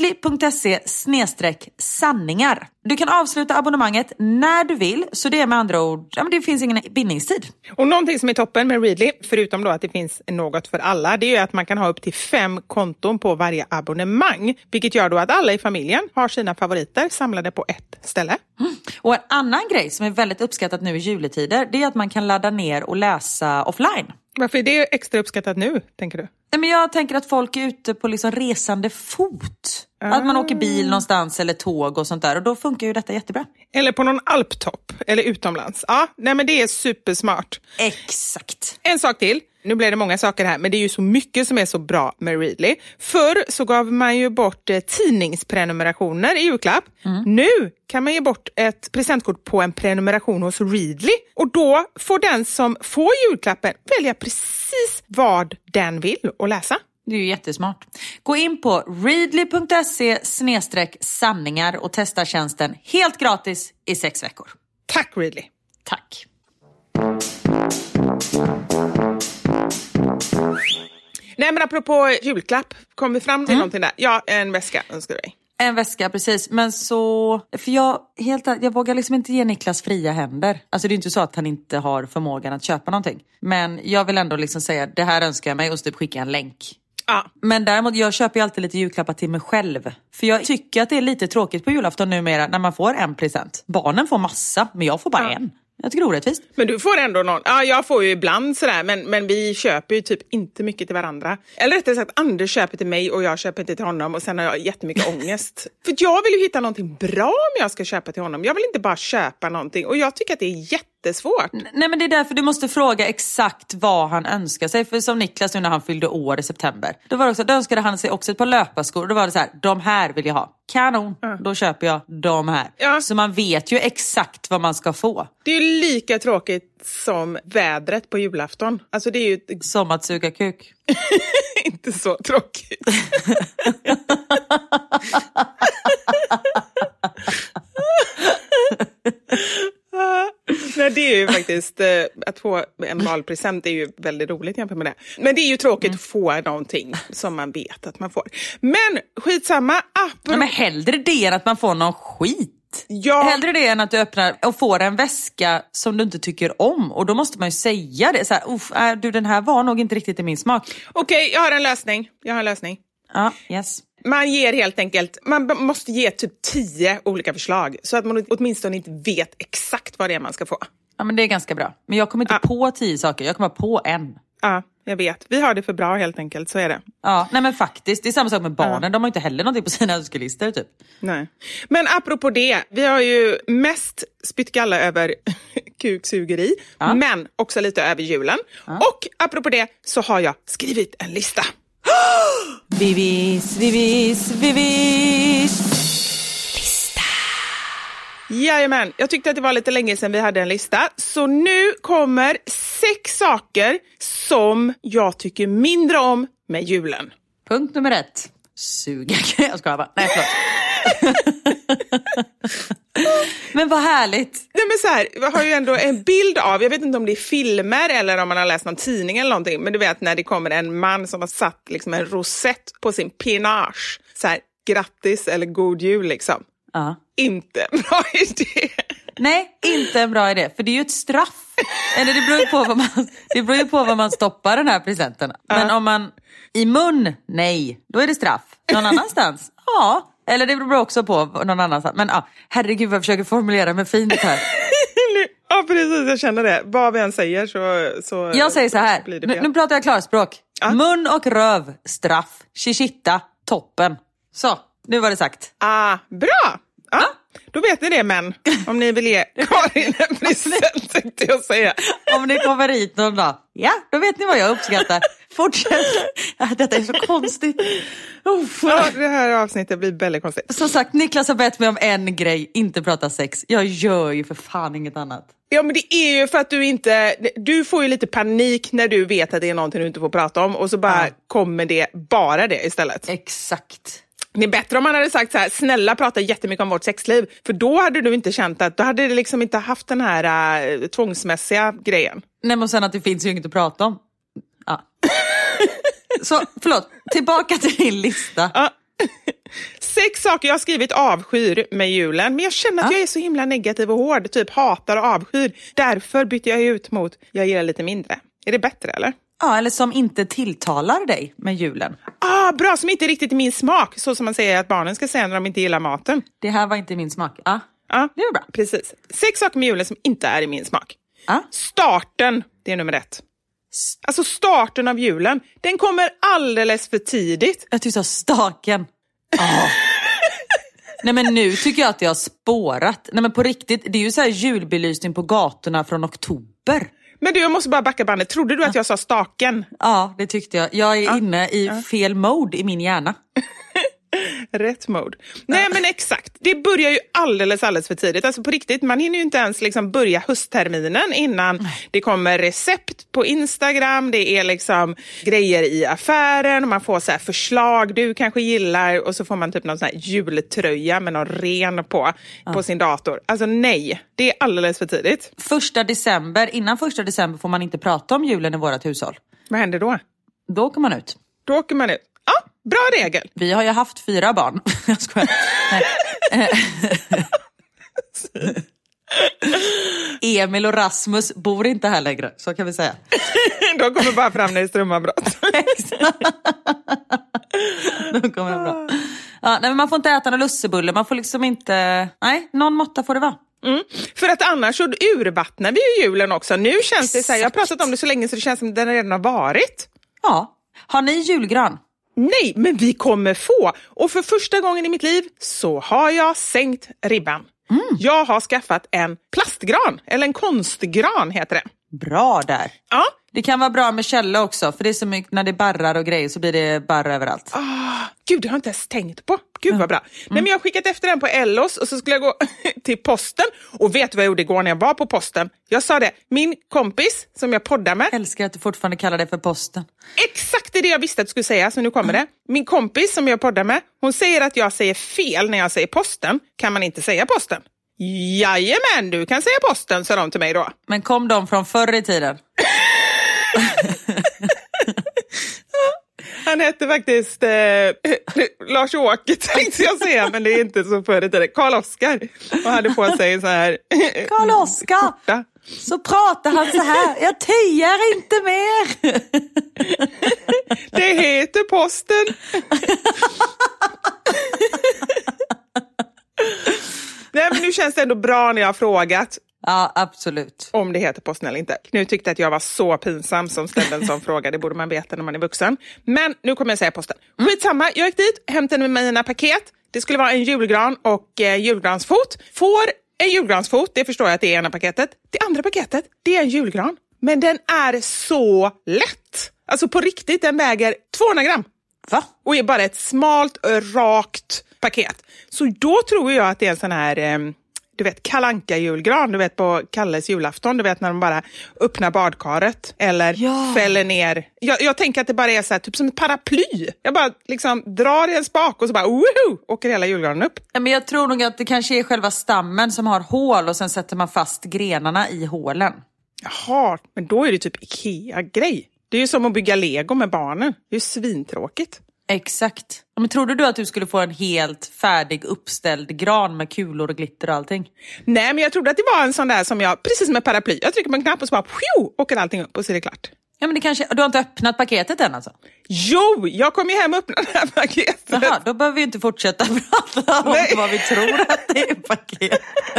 Speaker 9: readly.se/sanningar. Du kan avsluta abonnemanget när du vill, så det är med andra ord, det finns ingen bindningstid.
Speaker 8: Och någonting som är toppen med Readly, förutom då att det finns något för alla, det är ju att man kan ha upp till 5 konton på varje abonnemang. Vilket gör då att alla i familjen har sina favoriter samlade på ett ställe.
Speaker 9: Och en annan grej som är väldigt uppskattat nu i juletider, det är att man kan ladda ner och läsa offline.
Speaker 8: Varför är det extra uppskattat nu, tänker du?
Speaker 9: Nej, men jag tänker att folk är ute på liksom resande fot. Att man åker bil någonstans eller tåg och sånt där. Och då funkar ju detta jättebra.
Speaker 8: Eller på någon alptopp eller utomlands. Ja, nej men det är supersmart.
Speaker 9: Exakt.
Speaker 8: En sak till. Nu blir det många saker här, men det är ju så mycket som är så bra med Readly. Förr så gav man ju bort tidningsprenumerationer i julklapp. Nu kan man ge bort ett presentkort på en prenumeration hos Readly. Och då får den som får julklappen välja precis vad den vill och läsa.
Speaker 9: Det är ju jättesmart. Gå in på readly.se/sanningar och testa tjänsten helt gratis i 6 veckor.
Speaker 8: Tack Readly.
Speaker 9: Tack.
Speaker 8: Nej, men apropå julklapp, kom vi fram till någonting där? Ja, en väska önskar du dig.
Speaker 9: En väska, precis. Men så... För jag vågar liksom inte ge Niklas fria händer. Alltså det är inte så att han inte har förmågan att köpa någonting. Men jag vill ändå liksom säga, det här önskar jag mig, och så typ skicka en länk.
Speaker 8: Ja.
Speaker 9: Men däremot, jag köper ju alltid lite julklappar till mig själv. För jag tycker att det är lite tråkigt på julafton numera när man får en present. Barnen får massa, men jag får bara en. Jag tycker det är orättvist.
Speaker 8: Men du får ändå någon. Ja, jag får ju ibland sådär. Men vi köper ju typ inte mycket till varandra. Eller rättare sagt, Anders köper till mig och jag köper inte till honom. Och sen har jag jättemycket ångest. För jag vill ju hitta någonting bra om jag ska köpa till honom. Jag vill inte bara köpa någonting. Och jag tycker att det är jättesvårt.
Speaker 9: Nej, men det är därför du måste fråga exakt vad han önskar sig. För som Niklas nu när han fyllde år i september. Då var det också, då önskade han sig också ett par löparskor. Då var det så här, de här vill jag ha. Kanon, då köper jag de här. Ja. Så man vet ju exakt vad man ska få.
Speaker 8: Det är ju lika tråkigt som vädret på julafton. Alltså det är ju...
Speaker 9: Som att suga kuk.
Speaker 8: Inte så tråkigt. Nej, det är ju faktiskt att få en valpresent är ju väldigt roligt jämfört med det. Men det är ju tråkigt att få någonting som man vet att man får. Men skitsamma.
Speaker 9: Men hellre det än att man får någon skit.
Speaker 8: Ja.
Speaker 9: Hellre det än att du öppnar och får en väska som du inte tycker om. Och då måste man ju säga det. Så här, du, den här var nog inte riktigt i min smak.
Speaker 8: Okej, jag har en lösning.
Speaker 9: Ja, yes.
Speaker 8: Man ger helt enkelt, man måste ge typ 10 olika förslag. Så att man åtminstone inte vet exakt vad det är man ska få.
Speaker 9: Ja, men det är ganska bra. Men jag kommer inte på 10 saker, jag kommer på en.
Speaker 8: Ja, jag vet. Vi har det för bra helt enkelt, så är det.
Speaker 9: Ja, nej men faktiskt. Det är samma sak med barnen. De har inte heller någonting på sina önskelistor typ.
Speaker 8: Nej. Men apropå det, vi har ju mest spytt galla över kuksugeri. Ja. Men också lite över julen. Ja. Och apropå det så har jag skrivit en lista.
Speaker 9: Vivis. Lista.
Speaker 8: Jajamän, jag tyckte att det var lite länge sedan vi hade en lista. Så nu kommer 6 saker som jag tycker mindre om med julen.
Speaker 9: Punkt nummer 1. Suga. Jag ska bara. Nej, förlåt. Men vad härligt.
Speaker 8: Nej, men så här, jag har ju ändå en bild av, jag vet inte om det är filmer eller om man har läst någon tidning eller någonting, men du vet när det kommer en man som har satt liksom en rosett på sin pinage. Så här, grattis eller god jul liksom. Inte en bra idé.
Speaker 9: Nej, inte en bra idé, för det är ju ett straff. Eller det beror ju på vad man stoppar den här presenten. Men om man i mun, nej, då är det straff. Någon annanstans? Ja. Eller det beror också på någon annanstans. Men herregud, jag försöker formulera mig fint här.
Speaker 8: Ja, precis, jag känner det. Vad vi än säger så
Speaker 9: jag säger så här, nu pratar jag klarspråk. Mun och röv, straff. Shishita, toppen. Så, nu var det sagt.
Speaker 8: Bra. Då vet ni det, men om ni vill ge Karin en present, tänkte jag säga.
Speaker 9: Om ni kommer hit någon dag. Ja, då vet ni vad jag uppskattar. Fortsätt. Detta är så konstigt.
Speaker 8: Ja, det här avsnittet blir väldigt konstigt.
Speaker 9: Som sagt, Niklas har bett mig om en grej, inte prata sex. Jag gör ju för fan inget annat.
Speaker 8: Ja, men det är ju för att du får ju lite panik när du vet att det är någonting du inte får prata om. Och så bara kommer det istället.
Speaker 9: Exakt.
Speaker 8: Det är bättre om man hade sagt så här: snälla prata jättemycket om vårt sexliv. För då hade du inte känt att, då hade det liksom inte haft den här tvångsmässiga grejen.
Speaker 9: Nej, men sen att det finns ju inget att prata om. Ja. Så, förlåt. Tillbaka till din lista.
Speaker 8: Ja. 6 saker jag har skrivit avskyr med julen. Men jag känner att jag är så himla negativ och hård. Typ hatar och avskyr. Därför bytte jag ut mot jag gillar lite mindre. Är det bättre eller?
Speaker 9: Ja, eller som inte tilltalar dig med julen.
Speaker 8: Bra, som inte är riktigt min smak. Så som man säger att barnen ska säga när de inte gillar maten.
Speaker 9: Det här var inte min smak. Ja, det är bra.
Speaker 8: Precis. 6 saker med julen som inte är i min smak. Starten, det är nummer 1. Alltså starten av julen, den kommer alldeles för tidigt.
Speaker 9: Jag tyckte staken. Nej, men nu tycker jag att jag har spårat. Nej, men på riktigt, det är ju så här julbelysning på gatorna från oktober.
Speaker 8: Men du, jag måste bara backa bandet. Trodde du att jag sa staken?
Speaker 9: Ja, det tyckte jag. Jag är inne i fel mode i min hjärna.
Speaker 8: Rätt mode. Nej, men exakt. Det börjar ju alldeles för tidigt. Alltså på riktigt, man hinner ju inte ens liksom börja höstterminen innan det kommer recept på Instagram. Det är liksom grejer i affären och man får så här förslag du kanske gillar och så får man typ någon sån här jultröja med någon ren på sin dator. Alltså nej, det är alldeles för tidigt.
Speaker 9: 1 december, innan 1 december får man inte prata om julen i vårt hushåll.
Speaker 8: Vad händer då?
Speaker 9: Då åker man ut.
Speaker 8: Ja, bra regel.
Speaker 9: Vi har ju haft 4 barn. Jag skojar. Emil och Rasmus bor inte här längre, så kan vi säga.
Speaker 8: De kommer bara fram när det är strömavbrott.
Speaker 9: De kommer bra. Ja, nej, men man får inte äta någon lussebulle. Man får liksom inte... Nej, någon måtta får det vara.
Speaker 8: För att annars så urvattnar vi ju julen också. Nu känns det så här, jag har pratat om det så länge så det känns som den redan har varit.
Speaker 9: Ja. Har ni julgran?
Speaker 8: Nej, men vi kommer få. Och för första gången i mitt liv så har jag sänkt ribban. Jag har skaffat en plastgran, eller en konstgran heter det.
Speaker 9: Bra där.
Speaker 8: Ja.
Speaker 9: Det kan vara bra med källa också, för det är så mycket, när det barrar och grejer så blir det barr överallt.
Speaker 8: Gud, det har jag inte ens tänkt på. Gud vad bra. Nej, men jag har skickat efter den på Ellos och så skulle jag gå till posten. Och vet du vad jag gjorde igår när jag var på posten? Jag sa det, min kompis som jag poddar med.
Speaker 9: Jag älskar att du fortfarande kallar det för posten.
Speaker 8: Exakt det jag visste att du skulle säga, så nu kommer det. Min kompis som jag poddar med, hon säger att jag säger fel när jag säger posten. Kan man inte säga posten? Jajamän, du kan säga posten, sa de till mig då.
Speaker 9: Men kom de från förr i tiden?
Speaker 8: Han hette faktiskt Lars-Åke tänkte jag säga, men det är inte så förr i tiden. Karl-Oskar. Och hade på sig så här...
Speaker 9: Karl-Oskar! Så pratar han så här. Jag tejar inte mer.
Speaker 8: Det heter posten. Nej, men nu känns det ändå bra när jag har frågat.
Speaker 9: Ja, absolut.
Speaker 8: Om det heter posten eller inte. Nu tyckte att jag var så pinsam som ställde en sån fråga. Det borde man veta när man är vuxen. Men nu kommer jag säga posten. Skitsamma, jag gick dit, hämtade med mina paket. Det skulle vara en julgran och julgransfot. Får en julgransfot, det förstår jag att det är ena paketet. Det andra paketet, det är en julgran. Men den är så lätt. Alltså på riktigt, den väger 200 gram.
Speaker 9: Va?
Speaker 8: Och är bara ett smalt, rakt paket. Så då tror jag att det är en sån här... Du vet, Kalanka julgran, du vet på Kalles julafton, du vet när de bara öppnar badkaret eller fäller ner. Jag tänker att det bara är så här, typ som ett paraply. Jag bara liksom drar i en spak och så bara åker hela julgranen upp.
Speaker 9: Ja, men jag tror nog att det kanske är själva stammen som har hål och sen sätter man fast grenarna i hålen.
Speaker 8: Jaha, men då är det typ Ikea-grej. Det är ju som att bygga Lego med barnen. Det är ju svintråkigt.
Speaker 9: Exakt. Men trodde du att du skulle få en helt färdig uppställd gran med kulor och glitter och allting?
Speaker 8: Nej, men jag trodde att det var en sån där som jag, precis som en paraply. Jag trycker på en knapp och så bara åker allting upp och så är det klart.
Speaker 9: Ja, men det kanske, du har inte öppnat paketet än alltså?
Speaker 8: Jo, jag kom ju hem och öppnade det här paketet.
Speaker 9: Jaha, då behöver vi inte fortsätta prata om vad vi tror att det är paketet.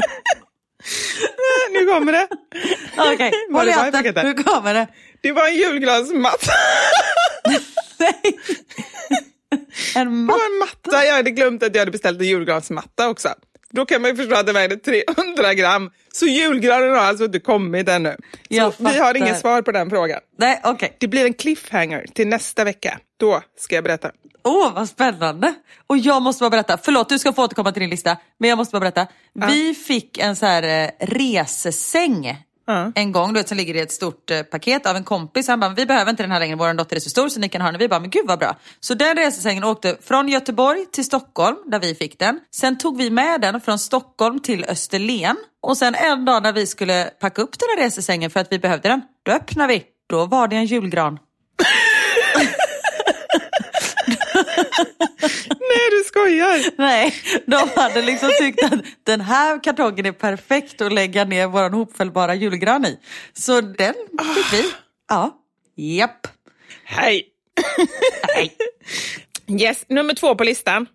Speaker 8: Nu kommer det.
Speaker 9: Okej, håll i hatten. Nu kommer det.
Speaker 8: Det var en julgransmatta.
Speaker 9: Nej. En matta?
Speaker 8: Det var en matta. Jag hade glömt att jag hade beställt en julgransmatta också. Då kan man ju förstå att det vägde 300 gram. Så julgranen har alltså inte kommit ännu. Så vi har inget svar på den frågan.
Speaker 9: Nej, okej.
Speaker 8: Det blir en cliffhanger till nästa vecka. Då ska jag berätta.
Speaker 9: Vad spännande. Och jag måste bara berätta. Förlåt, du ska få återkomma till din lista. Men jag måste bara berätta. Vi fick en så här resesäng en gång. Du vet, så ligger det ett stort paket av en kompis. Han bara, vi behöver inte den här längre, vår dotter är så stor så ni kan ha den. Vi bara, men gud vad bra. Så den resesängen åkte från Göteborg till Stockholm där vi fick den. Sen tog vi med den från Stockholm till Österlen. Och sen en dag när vi skulle packa upp den här resesängen för att vi behövde den, då öppnade vi. Då var det en julgran.
Speaker 8: Nej, du skojar.
Speaker 9: Nej, de hade liksom tyckt att den här kartongen är perfekt att lägga ner våran hopfällbara julgran i. Så den fick vi. Ja, japp.
Speaker 8: Hej.
Speaker 9: Hej.
Speaker 8: Yes, nummer 2 på listan.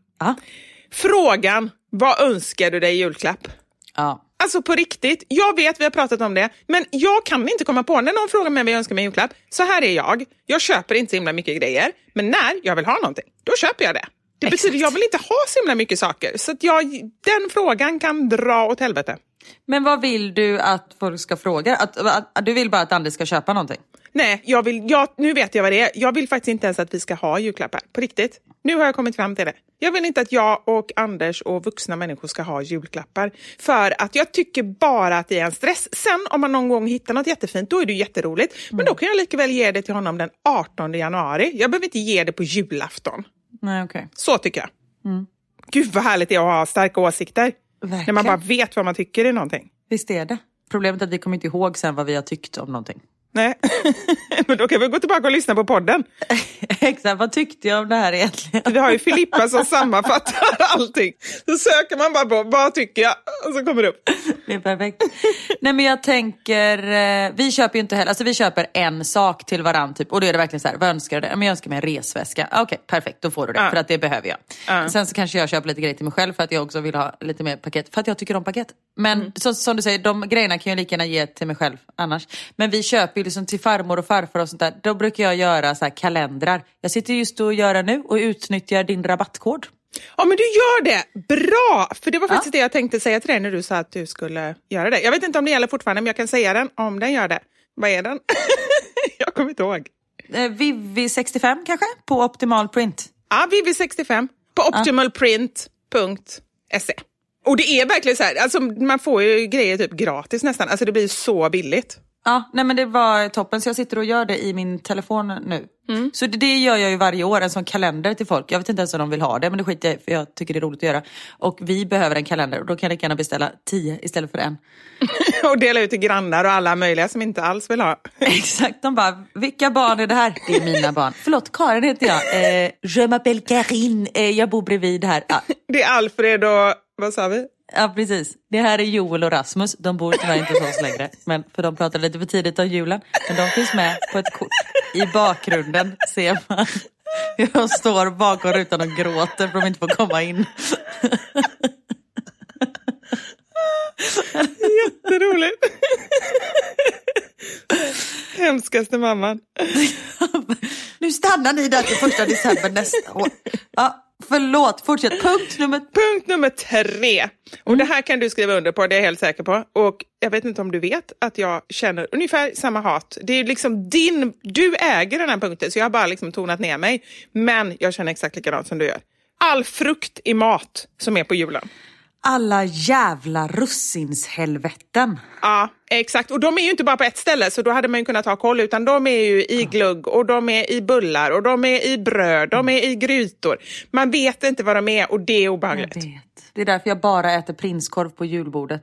Speaker 8: Frågan, vad önskar du dig i julklapp?
Speaker 9: Ja.
Speaker 8: Alltså på riktigt, jag vet vi har pratat om det, men jag kan inte komma på när någon frågar mig vad jag önskar mig i julklapp. Så här är jag köper inte så himla mycket grejer, men när jag vill ha någonting, då köper jag det. Det betyder jag vill inte ha så himla mycket saker, så att den frågan kan dra åt helvete.
Speaker 9: Men vad vill du att folk ska fråga? Att du vill bara att Anders ska köpa någonting?
Speaker 8: Nej, nu vet jag vad det är. Jag vill faktiskt inte ens att vi ska ha julklappar. På riktigt. Nu har jag kommit fram till det. Jag vill inte att jag och Anders och vuxna människor ska ha julklappar. För att jag tycker bara att det är en stress. Sen om man någon gång hittar något jättefint, då är det jätteroligt. Men då kan jag lika väl ge det till honom den 18 januari. Jag behöver inte ge det på julafton.
Speaker 9: Nej, okej.
Speaker 8: Så tycker jag. Gud vad härligt det är att ha starka åsikter.
Speaker 9: Verkligen.
Speaker 8: När man bara vet vad man tycker i någonting.
Speaker 9: Visst är det. Problemet är att vi kommer inte ihåg sen vad vi har tyckt om någonting.
Speaker 8: Nej, men då kan vi gå tillbaka och lyssna på podden.
Speaker 9: Exakt, vad tyckte jag om det här egentligen?
Speaker 8: Vi har ju Filippa som sammanfattar allting. Så söker man bara på, vad tycker jag? Och så kommer det upp.
Speaker 9: Det är perfekt. Nej, men jag tänker, vi köper ju inte heller, alltså vi köper en sak till varann typ. Och då är det verkligen så här, vad önskar du det? Men jag önskar mig en resväska. Okej, perfekt, då får du det, för att det behöver jag. Sen så kanske jag köper lite grejer till mig själv för att jag också vill ha lite mer paket. För att jag tycker om paket. Men som du säger, de grejerna kan jag lika gärna ge till mig själv annars. Men vi köper ju liksom till farmor och farfar och sånt där. Då brukar jag göra så här kalendrar. Jag sitter just och gör nu och utnyttjar din rabattkod.
Speaker 8: Ja, men du gör det. Bra! För det var faktiskt det jag tänkte säga till dig när du sa att du skulle göra det. Jag vet inte om det gäller fortfarande, men jag kan säga den om den gör det. Vad är den? Jag kommer inte ihåg.
Speaker 9: Vivi 65 kanske? På Optimal Print.
Speaker 8: Ja, Vivi 65. På optimalprint.se. Och det är verkligen så här, alltså man får ju grejer typ gratis nästan. Alltså det blir så billigt.
Speaker 9: Ja, nej men det var toppen. Så jag sitter och gör det i min telefon nu. Så det gör jag ju varje år, en sån kalender till folk. Jag vet inte ens om de vill ha det, men det skiter jag i, för jag tycker det är roligt att göra. Och vi behöver en kalender och då kan jag gärna beställa 10 istället för 1.
Speaker 8: Och dela ut till grannar och alla möjliga som inte alls vill ha.
Speaker 9: Exakt, de bara, vilka barn är det här? Det är mina barn. Förlåt, Karin heter jag. Je m'appelle Karin, jag bor bredvid här.
Speaker 8: Det är Alfred och, vad sa vi?
Speaker 9: Ja, precis. Det här är Joel och Rasmus. De bor tyvärr inte hos oss längre. Men för de pratade lite för tidigt om julen. Men de finns med på ett kort. I bakgrunden ser man. Jag står bakom rutan och gråter för att de inte får komma in.
Speaker 8: Jätteroligt. Hemskaste mamman.
Speaker 9: Nu stannar ni där till 1 december nästa år. Ja. Förlåt, fortsätt. Punkt nummer 3. Och det här kan du skriva under på, det är jag helt säker på. Och jag vet inte om du vet att jag känner ungefär samma hat. Det är liksom du äger den här punkten, så jag har bara liksom tonat ner mig. Men jag känner exakt likadant som du gör. All frukt i mat som är på julen. Alla jävla russinshelvetten.
Speaker 8: Ja, exakt. Och de är ju inte bara på ett ställe, så då hade man ju kunnat ha koll. Utan de är ju i glugg och de är i bullar och de är i bröd, de är i grytor. Man vet inte vad de är och det är obehagligt.
Speaker 9: Jag vet. Det är därför jag bara äter prinskorv på julbordet.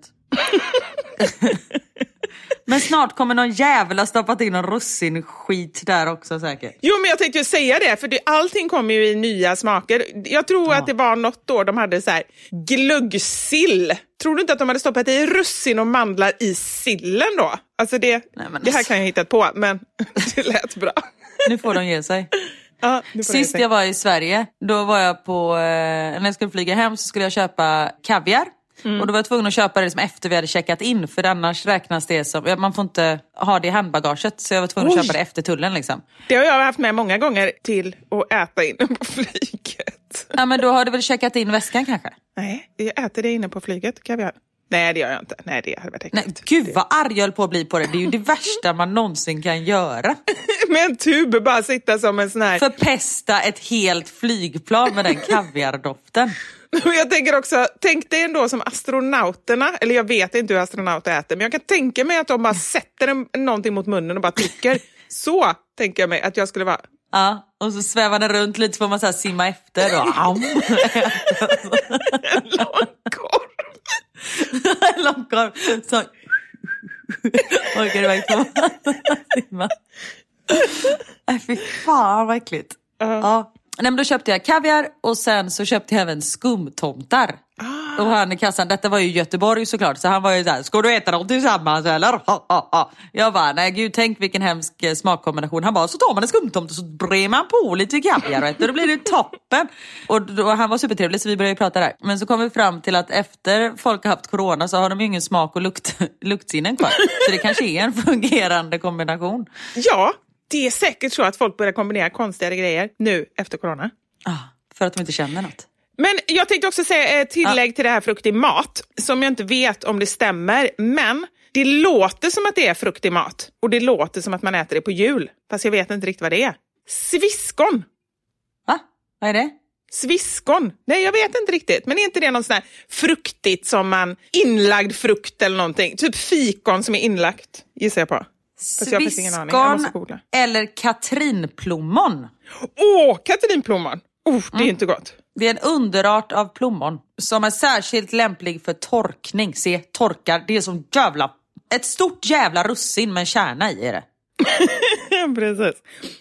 Speaker 9: Men snart kommer någon jävla stoppat in någon russinskit där också säkert.
Speaker 8: Jo, men jag tänkte ju säga det, för allting kommer ju i nya smaker. Jag tror att det var något år de hade så här glöggsill. Tror du inte att de hade stoppat i russin och mandlar i sillen då? Alltså det här kan jag hitta på, men det lät bra.
Speaker 9: Nu får de ge sig.
Speaker 8: Ja,
Speaker 9: sist jag var i Sverige, då var jag på, när jag skulle flyga hem så skulle jag köpa kaviar. Och då var jag tvungen att köpa det som efter vi hade checkat in. För annars räknas det som, man får inte ha det i handbagaget. Så jag var tvungen att köpa det efter tullen liksom.
Speaker 8: Det har jag haft med många gånger till att äta inne på flyget.
Speaker 9: Ja, men då har du väl checkat in väskan kanske?
Speaker 8: Nej, jag äter det inne på flyget. Nej, det gör jag inte. Nej, det hade varit äckligt.
Speaker 9: Nej, gud vad arg jag höll på att bli på det. Det är ju det värsta man någonsin kan göra.
Speaker 8: Med en tub, bara sitta som en sån här...
Speaker 9: Förpesta ett helt flygplan med den kaviardoften.
Speaker 8: Jag tänker också, tänk dig ändå som astronauterna, eller jag vet inte hur astronauter äter, men jag kan tänka mig att de bara sätter någonting mot munnen och bara trycker. Så tänker jag mig att jag skulle vara.
Speaker 9: Ja, och så svävar den runt lite så får man så här simma efter och
Speaker 8: En långkorv.
Speaker 9: En långkorv. Så orkar du verkligen simma? Fy fan vad äckligt. Ja. Nej, men då köpte jag kaviar och sen så köpte jag även skumtomtar. Och han i kassan, detta var ju Göteborg såklart, så han var ju där, ska du äta dem tillsammans eller? Jag bara, nej gud, tänk vilken hemsk smakkombination. Han bara, så tar man en skumtomt och så brer man på lite kaviar och då blir det toppen. Och han var supertrevlig så vi började prata där. Men så kom vi fram till att efter folk har haft corona så har de ju ingen smak och luktsinnen kvar. Så det kanske är en fungerande kombination.
Speaker 8: Ja, det är säkert så att folk börjar kombinera konstigare grejer nu efter corona.
Speaker 9: För att de inte känner något.
Speaker 8: Men jag tänkte också säga ett tillägg till det här frukt i mat som jag inte vet om det stämmer, men det låter som att det är frukt i mat och det låter som att man äter det på jul, fast jag vet inte riktigt vad det är. Sviskon!
Speaker 9: Va? Vad är det?
Speaker 8: Sviskon? Nej, jag vet inte riktigt, men är inte det någon sån här fruktigt som man inlagd frukt eller någonting? Typ fikon som är inlagt, gissar jag på.
Speaker 9: Sviskon eller katrinplommon.
Speaker 8: Katrinplommon! Det är inte gott.
Speaker 9: Det är en underart av plommon som är särskilt lämplig för torkning. Se, torkar. Det är som ett stort jävla russin med en kärna i det.
Speaker 8: Precis.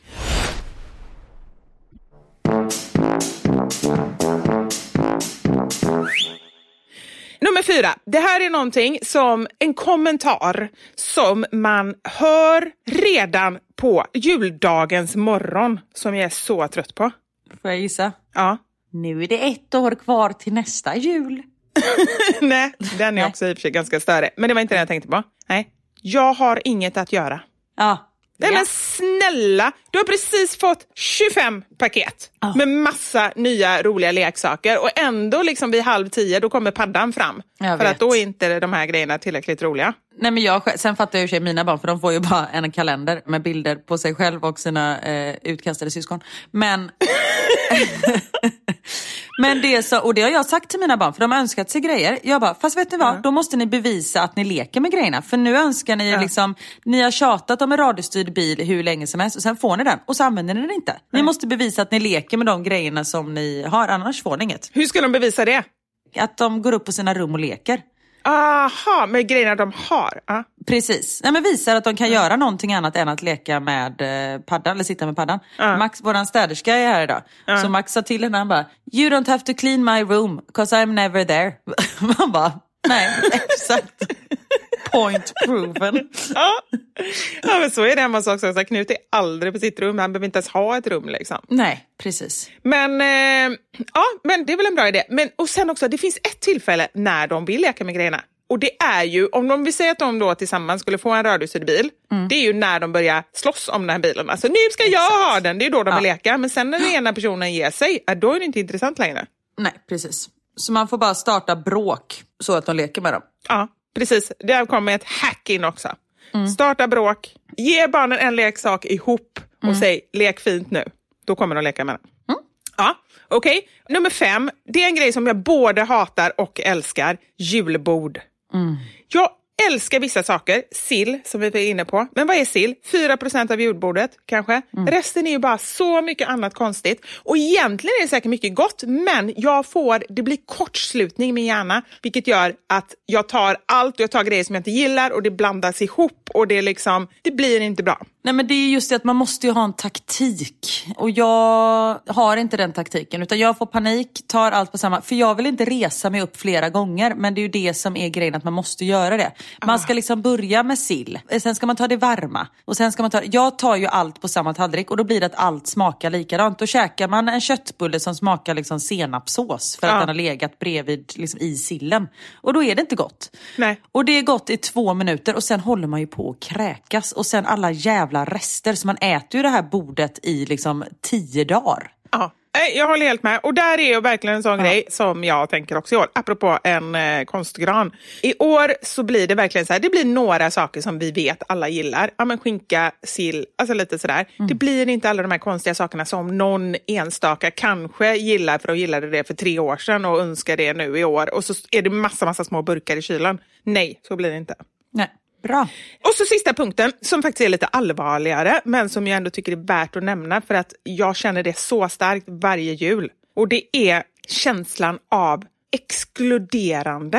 Speaker 8: Nummer 4. Det här är någonting som en kommentar som man hör redan på juldagens morgon som jag är så trött på.
Speaker 9: Får jag gissa?
Speaker 8: Ja.
Speaker 9: Nu är det 1 år kvar till nästa jul.
Speaker 8: Nej, den är också i och för sig ganska större. Men det var inte det jag tänkte på. Nej, jag har inget att göra.
Speaker 9: Ja.
Speaker 8: Nej, men snälla, du har precis fått 25 paket med massa nya roliga leksaker och ändå liksom vid 9:30 då kommer paddan fram. För att då är inte de här grejerna tillräckligt roliga.
Speaker 9: Nej, men sen fattar jag ju mina barn, för de får ju bara en kalender med bilder på sig själv och sina utkastade syskon. Men men det är så, och det har jag sagt till mina barn, för de har önskat sig grejer. Jag bara, fast vet ni vad? Då måste ni bevisa att ni leker med grejerna. För nu önskar ni liksom, ni har tjatat om en radiostyrd bil hur länge som helst och sen får ni den och så använder ni den inte. Ni måste bevisa att ni leker med de grejerna som ni har, annars får ni inget.
Speaker 8: Hur ska de bevisa det?
Speaker 9: Att de går upp på sina rum och leker.
Speaker 8: Aha, med grejerna de har.
Speaker 9: Precis. Nej, men visar att de kan göra någonting annat än att leka med paddan eller sitta med paddan. Max, våran städerska, är här idag. Så Max sa till henne, han bara, you don't have to clean my room because I'm never there. Man bara, nej, exakt. Point proven.
Speaker 8: Ja, men så är det hemma också. Knut är aldrig på sitt rum. Han behöver inte ens ha ett rum liksom.
Speaker 9: Nej, precis.
Speaker 8: Men men det är väl en bra idé. Men, och sen också, det finns ett tillfälle när de vill leka med grejerna. Och det är ju, om de vill säga att de då tillsammans skulle få en radiostyrd bil, det är ju när de börjar slåss om den här bilen. Alltså, nu ska jag ha den. Det är då de vill leka. Men sen när den ena personen ger sig, då är det inte intressant längre.
Speaker 9: Nej, precis. Så man får bara starta bråk så att de leker med dem.
Speaker 8: Ja, precis. Där kommer ett hack in också. Starta bråk, ge barnen en leksak ihop och säg, lek fint nu. Då kommer de leka med den. Ja, okej. Nummer 5, det är en grej som jag både hatar och älskar. Julbord. Jag älskar vissa saker. Sill, som vi var inne på. Men vad är sill? 4% av julbordet, kanske. Resten är ju bara så mycket annat konstigt. Och egentligen är det säkert mycket gott. Men det blir kortslutning i min hjärna. Vilket gör att jag tar allt och jag tar grejer som jag inte gillar. Och det blandas ihop. Och det blir inte bra.
Speaker 9: Nej, men det är just det att man måste ju ha en taktik. Och jag har inte den taktiken. Utan jag får panik, tar allt på samma. För jag vill inte resa mig upp flera gånger. Men det är ju det som är grejen, att man måste göra det. Man ska liksom börja med sill. Sen ska man ta det varma. Och sen ska man jag tar ju allt på samma tallrik. Och då blir det att allt smakar likadant. Då käkar man en köttbulle som smakar liksom senapsås. För att den har legat bredvid liksom i sillen. Och då är det inte gott.
Speaker 8: Nej.
Speaker 9: Och det är gott i 2 minuter. Och sen håller man ju på att kräkas. Och sen alla jävla rester. Så man äter ju det här bordet i liksom 10 dagar.
Speaker 8: Ja. Jag håller helt med. Och där är ju verkligen en sån grej som jag tänker också i år. Apropå en konstgran. I år så blir det verkligen så här. Det blir några saker som vi vet alla gillar. Ja, men skinka, sill, alltså lite sådär. Det blir inte alla de här konstiga sakerna som någon enstaka kanske gillar för att gillade det för 3 år sedan och önskar det nu i år. Och så är det massa små burkar i kylen. Nej, så blir det inte.
Speaker 9: Nej. Bra.
Speaker 8: Och så sista punkten som faktiskt är lite allvarligare men som jag ändå tycker är värt att nämna för att jag känner det så starkt varje jul. Och det är känslan av exkluderande.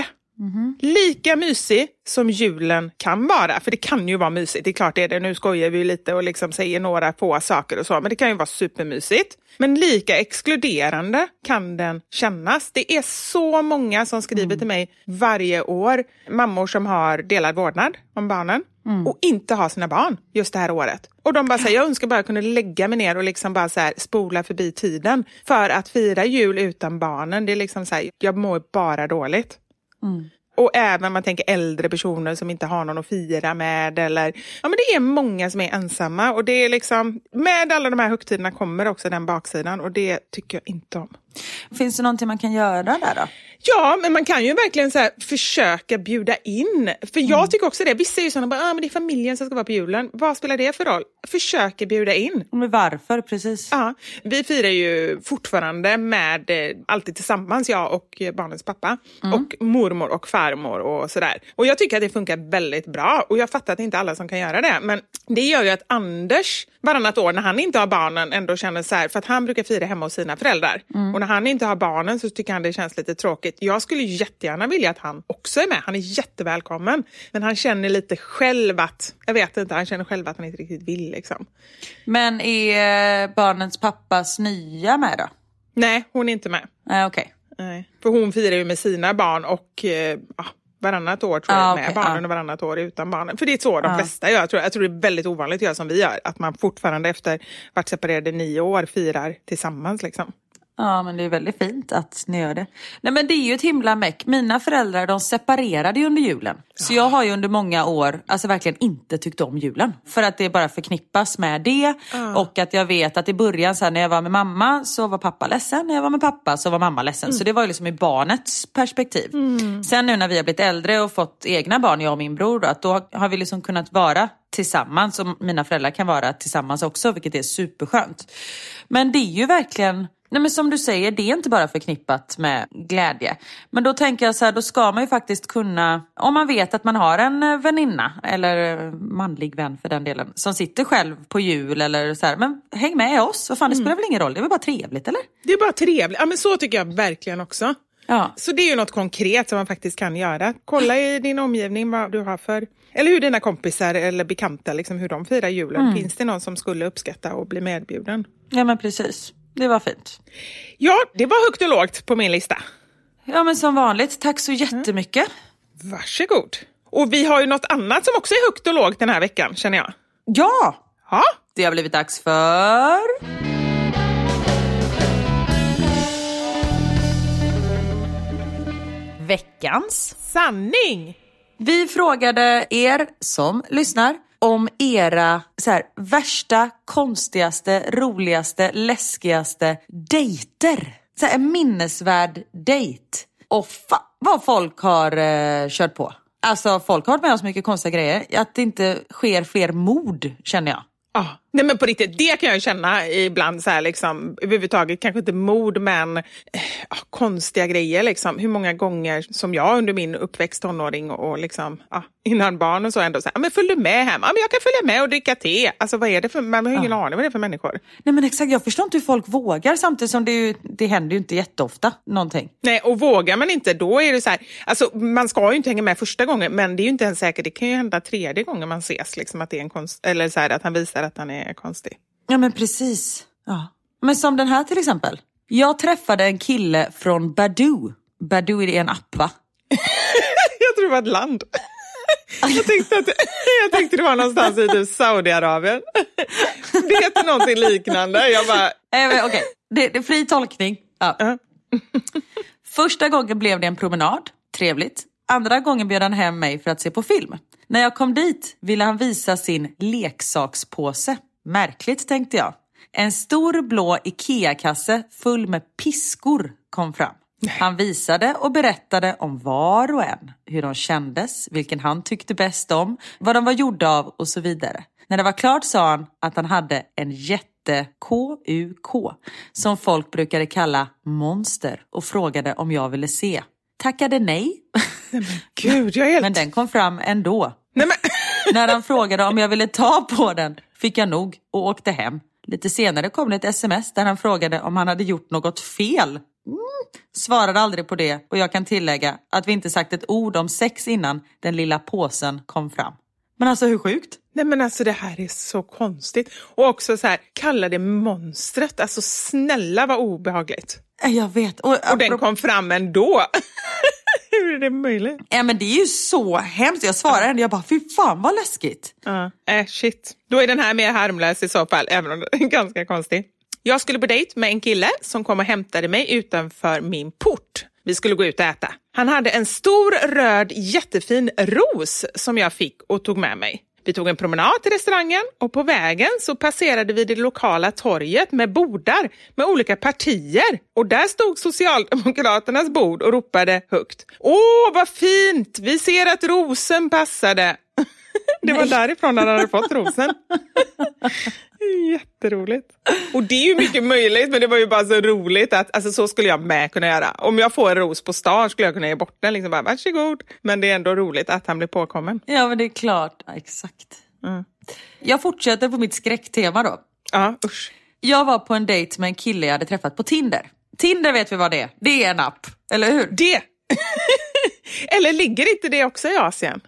Speaker 8: Lika mysig som julen kan vara. För det kan ju vara mysigt, det är klart det är det. Nu skojar vi lite och liksom säger några få saker och så. Men det kan ju vara supermysigt. Men lika exkluderande kan den kännas. Det är så många som skriver till mig varje år. Mammor som har delad vårdnad om barnen. Och inte har sina barn just det här året. Och de bara säger, jag önskar bara kunna lägga mig ner och liksom bara så här spola förbi tiden. För att fira jul utan barnen, det är liksom så här, jag mår bara dåligt. Och även man tänker äldre personer som inte har någon att fira med. Eller, ja, men det är många som är ensamma. Och det är liksom, med alla de här högtiderna kommer också den baksidan. Och det tycker jag inte om.
Speaker 9: Finns det någonting man kan göra där då?
Speaker 8: Ja, men man kan ju verkligen så här försöka bjuda in. För jag tycker också det. Vissa är ju sådana, men det är familjen som ska vara på julen. Vad spelar det för roll? Försöka bjuda in.
Speaker 9: Men varför, precis?
Speaker 8: Ja, vi firar ju fortfarande med alltid tillsammans, jag och barnens pappa. Och mormor och farmor och sådär. Och jag tycker att det funkar väldigt bra. Och jag fattar att inte alla som kan göra det. Men det gör ju att Anders varannat år när han inte har barnen ändå känner så här. För att han brukar fira hemma hos sina föräldrar. Och när han inte har barnen så tycker han det känns lite tråkigt. Jag skulle jättegärna vilja att han också är med. Han är jättevälkommen. Men han känner lite själv att, jag vet inte, han känner själv att han inte riktigt vill liksom.
Speaker 9: Men är barnens pappas nya med då?
Speaker 8: Nej, hon är inte med.
Speaker 9: Okej.
Speaker 8: Nej. För hon firar ju med sina barn och varannat år tror jag med barnen och varannat år utan barnen. För det är så de flesta gör. Jag tror det är väldigt ovanligt att göra som vi gör. Att man fortfarande efter varit separerade 9 år firar tillsammans liksom.
Speaker 9: Ja, men det är väldigt fint att ni gör det. Nej, men det är ju ett himla meck. Mina föräldrar, de separerade ju under julen. Så jag har ju under många år alltså verkligen inte tyckt om julen. För att det bara förknippas med det. Och att jag vet att i början så här, när jag var med mamma så var pappa ledsen. När jag var med pappa så var mamma ledsen. Så det var ju liksom i barnets perspektiv. Sen nu när vi har blivit äldre och fått egna barn, jag och min bror, då, att då har vi liksom kunnat vara tillsammans. Och mina föräldrar kan vara tillsammans också, vilket är superskönt. Men det är ju verkligen... Nej, men som du säger, det är inte bara förknippat med glädje. Men då tänker jag så här, då ska man ju faktiskt kunna, om man vet att man har en väninna eller manlig vän för den delen, som sitter själv på jul eller så här, men häng med oss, vad fan, det spelar väl ingen roll, det är väl bara trevligt, eller? Det är bara trevligt, ja men så tycker jag verkligen också. Ja. Så det är ju något konkret som man faktiskt kan göra. Kolla i din omgivning vad du har för, eller hur dina kompisar eller bekanta, liksom hur de firar julen. Finns det någon som skulle uppskatta och bli medbjuden? Ja men precis. Det var fint. Ja, det var högt och lågt på min lista. Ja, men som vanligt. Tack så jättemycket. Varsågod. Och vi har ju något annat som också är högt och lågt den här veckan, känner jag. Ja! Ja. Det har blivit dags för... Veckans sanning. Vi frågade er som lyssnar om era så här, värsta, konstigaste, roligaste, läskigaste dejter. Så här, en minnesvärd dejt. Och vad folk har kört på. Alltså folk har varit med om så mycket konstiga grejer. Att det inte sker fler mord, känner jag. Nej men på riktigt, det kan jag känna ibland så här liksom, överhuvudtaget kanske inte mord men konstiga grejer liksom. Hur många gånger som jag under min uppväxt tonåring och liksom innan barn och så ändå så här, men följ du med hem? Ja men jag kan följa med och dricka te. Alltså vad är det för, man har ingen aning vad det är för människor. Nej men exakt, jag förstår inte hur folk vågar samtidigt som det händer ju inte jätteofta någonting. Nej och vågar man inte då är det så här, alltså man ska ju inte hänga med första gången men det är ju inte ens säkert, det kan ju hända 3:e gången man ses liksom att det är en konst, eller så här att han visar att han är konstig. Ja men precis. Ja. Men som den här till exempel. Jag träffade en kille från Badoo. Badoo är en app va? Jag tror det var ett land. Jag tänkte det var någonstans i typ Saudiarabien. Det heter någonting liknande. Jag bara... Okej. Det är fri tolkning. Ja. Första gången blev det en promenad. Trevligt. Andra gången bjöd han hem mig för att se på film. När jag kom dit ville han visa sin leksakspåse. Märkligt tänkte jag. En stor blå IKEA-kasse full med piskor kom fram. Han visade och berättade om var och en, hur de kändes, vilken han tyckte bäst om, vad de var gjorda av och så vidare. När det var klart sa han att han hade en jätte-KUK som folk brukade kalla monster och frågade om jag ville se. Tackade nej.
Speaker 8: Nej men gud, jag är helt...
Speaker 9: Men den kom fram ändå.
Speaker 8: Nej, men...
Speaker 9: När han frågade om jag ville ta på den fick jag nog och åkte hem. Lite senare kom det ett sms där han frågade om han hade gjort något fel. Svarade aldrig på det och jag kan tillägga att vi inte sagt ett ord om sex innan den lilla påsen kom fram. Men alltså hur sjukt?
Speaker 8: Nej men alltså det här är så konstigt. Och också så här, kalla det monstret. Alltså snälla vad obehagligt.
Speaker 9: Jag vet. Och
Speaker 8: den kom fram ändå. Hur är det möjligt?
Speaker 9: Ja men det är ju så hemskt. Jag svarade henne, jag bara fy fan vad läskigt.
Speaker 8: Shit. Då är den här mer harmlös i så fall, även om det är ganska konstigt. Jag skulle på dejt med en kille som kom och hämtade mig utanför min port. Vi skulle gå ut och äta. Han hade en stor röd jättefin ros som jag fick och tog med mig. Vi tog en promenad till restaurangen och på vägen så passerade vi det lokala torget med bordar med olika partier. Och där stod Socialdemokraternas bord och ropade högt. Åh, vad fint! Vi ser att rosen passade. Det var därifrån han hade fått rosen. Jätteroligt. Och det är ju mycket möjligt, men det var ju bara så roligt att alltså, så skulle jag med kunna göra. Om jag får en ros på stan skulle jag kunna ge bort den. Liksom bara, varsågod. Men det är ändå roligt att han blir påkommen.
Speaker 9: Ja, men det är klart. Ja, exakt. Jag fortsätter på mitt skräcktema då.
Speaker 8: Ja, usch.
Speaker 9: Jag var på en dejt med en kille jag hade träffat på Tinder. Tinder vet vi vad det är. Det är en app, eller hur?
Speaker 8: Det! Eller ligger inte det också i Asien?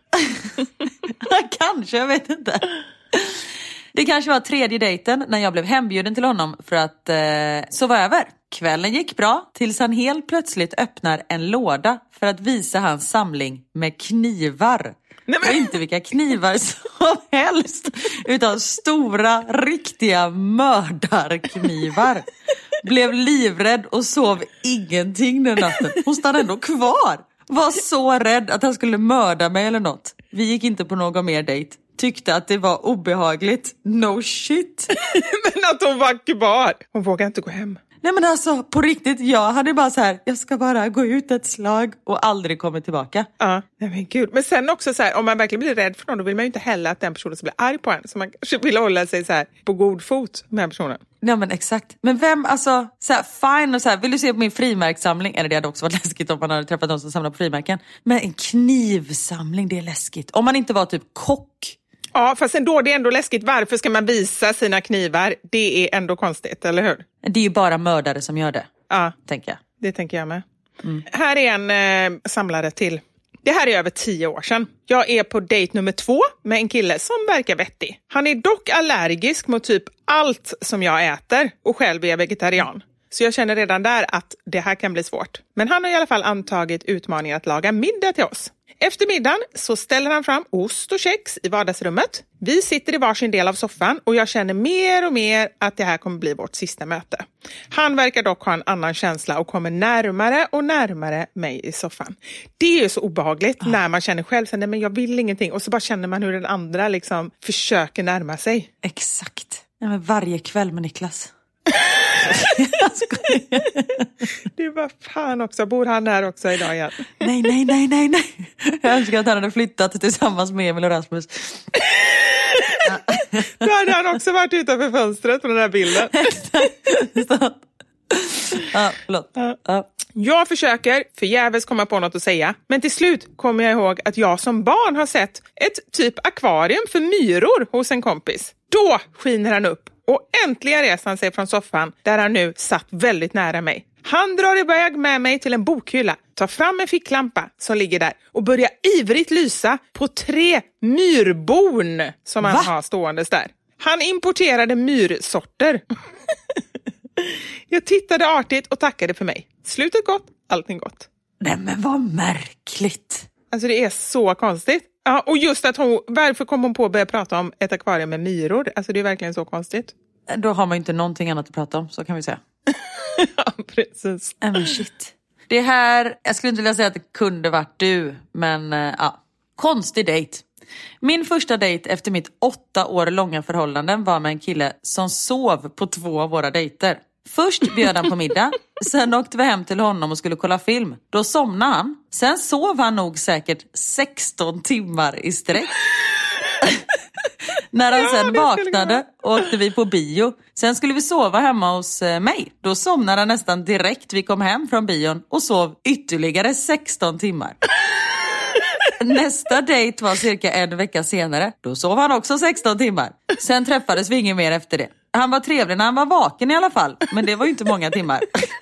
Speaker 9: Kanske, jag vet inte. Det kanske var tredje dejten när jag blev hembjuden till honom för att sova över. Kvällen gick bra tills han helt plötsligt öppnar en låda för att visa hans samling med knivar. Nej, men... Och inte vilka knivar som helst, utan stora, riktiga mördarknivar. Blev livrädd och sov ingenting den natten. Hon stannade ändå kvar. Var så rädd att han skulle mörda mig eller något. Vi gick inte på någon mer dejt. Tyckte att det var obehagligt. No shit.
Speaker 8: Men att hon var kvar. Hon vågade inte gå hem.
Speaker 9: Nej men alltså på riktigt, jag hade bara så här, jag ska bara gå ut ett slag och aldrig komma tillbaka.
Speaker 8: Ja, nej men gud. Men sen också så här, om man verkligen blir rädd för någon, då vill man ju inte heller att den personen ska bli arg på en. Så man kanske vill hålla sig så här på god fot med den personen.
Speaker 9: Ja men exakt. Men vem, alltså så här, fine och så här, vill du se på min frimärkssamling? Eller det hade också varit läskigt om man hade träffat någon som samlar på frimärken. Men en knivsamling, det är läskigt. Om man inte var typ kock.
Speaker 8: Ja, fast ändå, det är ändå läskigt. Varför ska man visa sina knivar? Det är ändå konstigt, eller hur?
Speaker 9: Det är ju bara mördare som gör det.
Speaker 8: Ja,
Speaker 9: tänker jag.
Speaker 8: Det tänker jag med. Här är en samlare till. Det här är över 10 år sedan. Jag är på dejt nummer 2 med en kille som verkar vettig. Han är dock allergisk mot typ allt som jag äter och själv är vegetarian. Så jag känner redan där att det här kan bli svårt. Men han har i alla fall antagit utmaningen att laga middag till oss. Efter middagen så ställer han fram ost och kex i vardagsrummet. Vi sitter i varsin del av soffan och jag känner mer och mer att det här kommer bli vårt sista möte. Han verkar dock ha en annan känsla och kommer närmare och närmare mig i soffan. Det är ju så obehagligt när man känner själv att men jag vill ingenting och så bara känner man hur den andra liksom försöker närma sig.
Speaker 9: Exakt. Ja, men varje kväll med Niklas.
Speaker 8: Det var fan också. Bor han här också idag igen?
Speaker 9: Nej. Jag önskar att han hade flyttat tillsammans med Emil och Rasmus.
Speaker 8: Då hade han också varit utanför fönstret på den här bilden.
Speaker 9: Ja, förlåt. Ja.
Speaker 8: Jag försöker förgäves komma på något att säga. Men till slut kommer jag ihåg att jag som barn har sett ett typ akvarium för myror hos en kompis. Då skiner han upp. Och äntligen reser han sig från soffan där han nu satt väldigt nära mig. Han drar iväg med mig till en bokhylla, tar fram en ficklampa som ligger där och börjar ivrigt lysa på 3 myrborn som han har ståendes där. Han importerade myrsorter. Jag tittade artigt och tackade för mig. Slutet gott, allting gott.
Speaker 9: Nej men vad märkligt.
Speaker 8: Alltså det är så konstigt. Ja, och just att varför kom hon på att börja prata om ett akvarium med myror? Alltså det är verkligen så konstigt.
Speaker 9: Då har man ju inte någonting annat att prata om, så kan vi säga.
Speaker 8: Ja, precis.
Speaker 9: Men shit. Det här, jag skulle inte vilja säga att det kunde varit du, men ja. Konstig dejt. Min första dejt efter mitt 8 år långa förhållanden var med en kille som sov på 2 av våra dejter. Först bjöd han på middag, sen åkte vi hem till honom och skulle kolla film. Då somnade han. Sen sov han nog säkert 16 timmar i sträck. När han sen vaknade åkte vi på bio. Sen skulle vi sova hemma hos mig. Då somnade han nästan direkt. Vi kom hem från bion och sov ytterligare 16 timmar. Nästa dejt var cirka 1 vecka senare. Då sov han också 16 timmar. Sen träffades vi ingen mer efter det. Han var trevlig när han var vaken i alla fall. Men det var ju inte många timmar.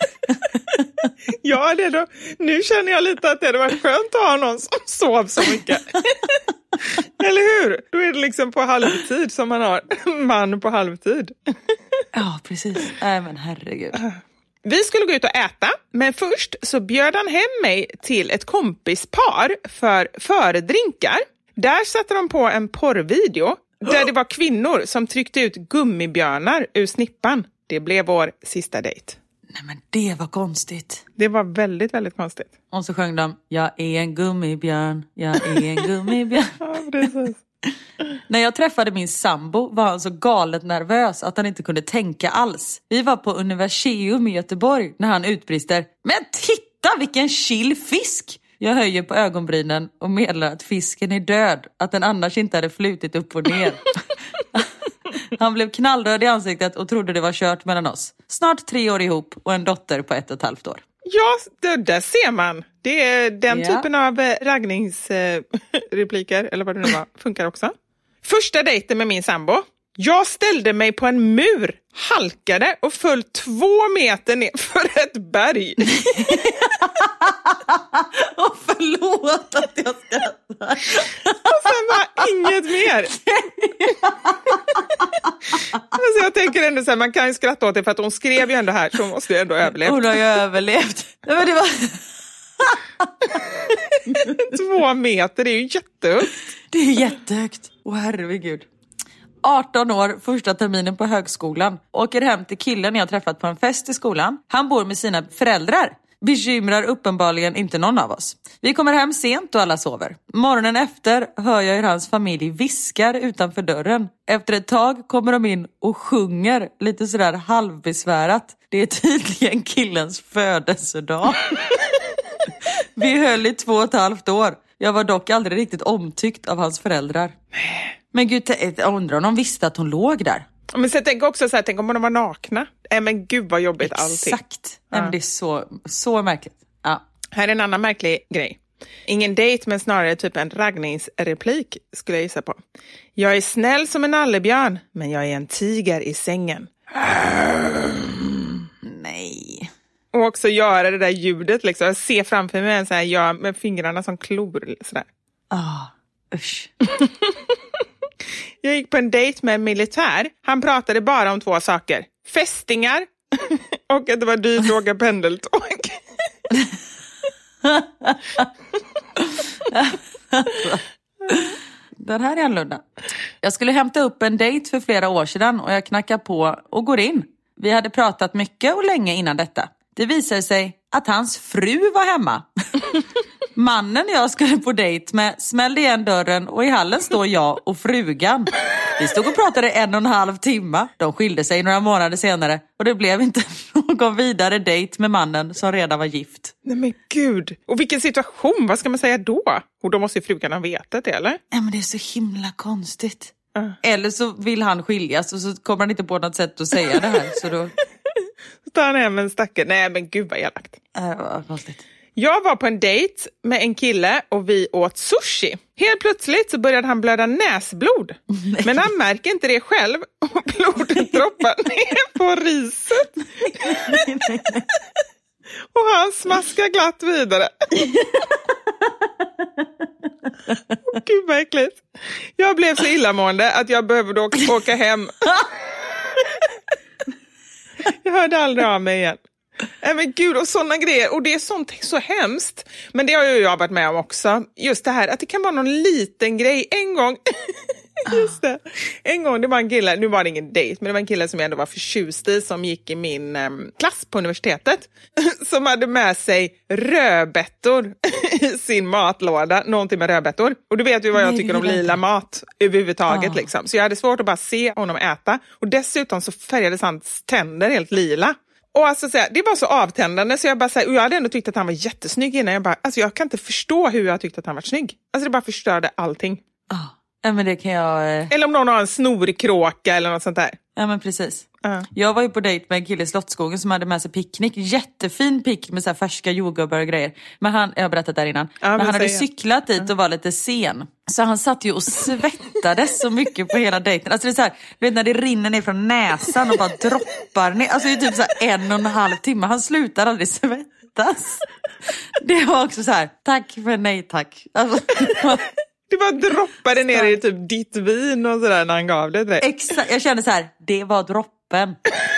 Speaker 8: Ja, det då. Nu känner jag lite att det hade varit skönt att ha någon som sov så mycket. Eller hur? Då är det liksom på halvtid som man har man på halvtid.
Speaker 9: Ja, precis. Nej, men herregud.
Speaker 8: Vi skulle gå ut och äta, men först så bjöd han hem mig till ett kompispar för föredrinkar. Där satte de på en porrvideo där det var kvinnor som tryckte ut gummibjörnar ur snippan. Det blev vår sista dejt.
Speaker 9: Nej, men det var konstigt.
Speaker 8: Det var väldigt, väldigt konstigt.
Speaker 9: Och så sjöng de, jag är en gummibjörn, jag är en gummibjörn.
Speaker 8: Ja, precis.
Speaker 9: När jag träffade min sambo var han så galet nervös att han inte kunde tänka alls. Vi var på Universium i Göteborg när han utbrister, men titta vilken chill fisk! Jag höjer på ögonbrynen och meddelar att fisken är död, att den annars inte hade flutit upp och ner. Han blev knallröd i ansiktet och trodde det var kört mellan oss. Snart 3 år ihop och en dotter på 1,5 år.
Speaker 8: Ja, där ser man. Det är den typen av raggningsrepliker, eller vad det nu var, funkar också. Första dejten med min sambo. Jag ställde mig på en mur, halkade och föll 2 meter ner för ett berg.
Speaker 9: Och förlåt att jag skrattar.
Speaker 8: Och sen var inget mer. Alltså jag tänker ändå så här, man kan ju skratta åt det för att hon skrev ju ändå här, så hon måste ju ändå ha överlevt.
Speaker 9: Hon har ju överlevt. Nej, men det var...
Speaker 8: 2 meter, det är ju jättehögt.
Speaker 9: Det är jättehögt. Åh herregud. 18 år, första terminen på högskolan. Åker hem till killen jag träffat på en fest i skolan. Han bor med sina föräldrar. Bekymrar uppenbarligen inte någon av oss. Vi kommer hem sent och alla sover. Morgonen efter hör jag hur hans familj viskar utanför dörren. Efter ett tag kommer de in och sjunger lite sådär halvbesvärat. Det är tydligen killens födelsedag. Vi höll i 2,5 år. Jag var dock aldrig riktigt omtyckt av hans föräldrar. Men gud, jag undrar om de visste att hon låg där.
Speaker 8: Men så tänk också så här, tänk om de var nakna. Men gud vad jobbigt allting.
Speaker 9: Exakt. Ja. Men det är så märkligt. Ja.
Speaker 8: Här är en annan märklig grej. Ingen dejt, men snarare typ en raggningsreplik skulle jag gissa på. Jag är snäll som en nallebjörn, men jag är en tiger i sängen.
Speaker 9: Nej.
Speaker 8: Och också göra det där ljudet liksom. Jag ser framför mig en så här, med fingrarna som klor sådär.
Speaker 9: Usch.
Speaker 8: Jag gick på en dejt med en militär. Han pratade bara om 2 saker. Fästingar och att det var dyrt att åka pendeltåg.
Speaker 9: Den här är annorlunda. Jag skulle hämta upp en dejt för flera år sedan och jag knackar på och går in. Vi hade pratat mycket och länge innan detta. Det visade sig att hans fru var hemma. Mannen jag skulle på dejt med smällde igen dörren och i hallen står jag och frugan. Vi stod och pratade 1,5 timme. De skilde sig några månader senare och det blev inte någon vidare dejt med mannen som redan var gift.
Speaker 8: Nej men gud. Och vilken situation, vad ska man säga då? Och då måste ju frugan ha vetat det, eller?
Speaker 9: Nej, men det är så himla konstigt. Eller så vill han skiljas och så kommer han inte på något sätt att säga det här. Så då
Speaker 8: tar han hem en stackare. Nej men gud vad elakt.
Speaker 9: Vad konstigt.
Speaker 8: Jag var på en dejt med en kille och vi åt sushi. Helt plötsligt så började han blöda näsblod. Nej. Men han märker inte det själv och blodet droppar ner på riset. Nej. Och han smaskar glatt vidare. Gud vad äckligt. Jag blev så illamående att jag behövde åka hem. Jag hörde aldrig av mig igen. Men gud, och sådana grejer. Och det är sånt så hemskt. Men det har ju jag varit med om också. Just det här att det kan vara någon liten grej en gång. Just det. En gång, det var en kille, nu var det ingen dejt, men det var en kille som jag ändå var förtjust i som gick i min klass på universitetet. Som hade med sig rödbetor i sin matlåda. Någonting med rödbetor. Och du vet ju vad jag tycker om lila mat överhuvudtaget liksom. Så jag hade svårt att bara se honom äta. Och dessutom så färgades hans tänder helt lila. Och alltså det var så avtändande så jag bara och jag hade ändå tyckt att han var jättesnygg innan. Jag kan inte förstå hur jag tyckte att han var snygg. Alltså det bara förstörde allting.
Speaker 9: Ja, men det kan jag...
Speaker 8: Eller om någon har en snorkråka eller något sånt där.
Speaker 9: Ja, men precis. Jag var ju på dejt med en kille i Slottsskogen som hade med sig picknick. Jättefin pick med så här färska jordgubbar och grejer. Men jag har berättat där innan. Men han hade cyklat dit och var lite sen. Så han satt ju och svettades så mycket på hela dejten. Alltså det är så här, du vet när det rinner ner från näsan och bara droppar ner. Alltså det är typ så här 1,5 timme. Han slutar aldrig svettas. Det var också så här, tack för nej tack. Alltså,
Speaker 8: det bara droppade ner i typ ditt vin och sådär när han gav det till dig.
Speaker 9: Exakt, jag kände så här, det var droppen.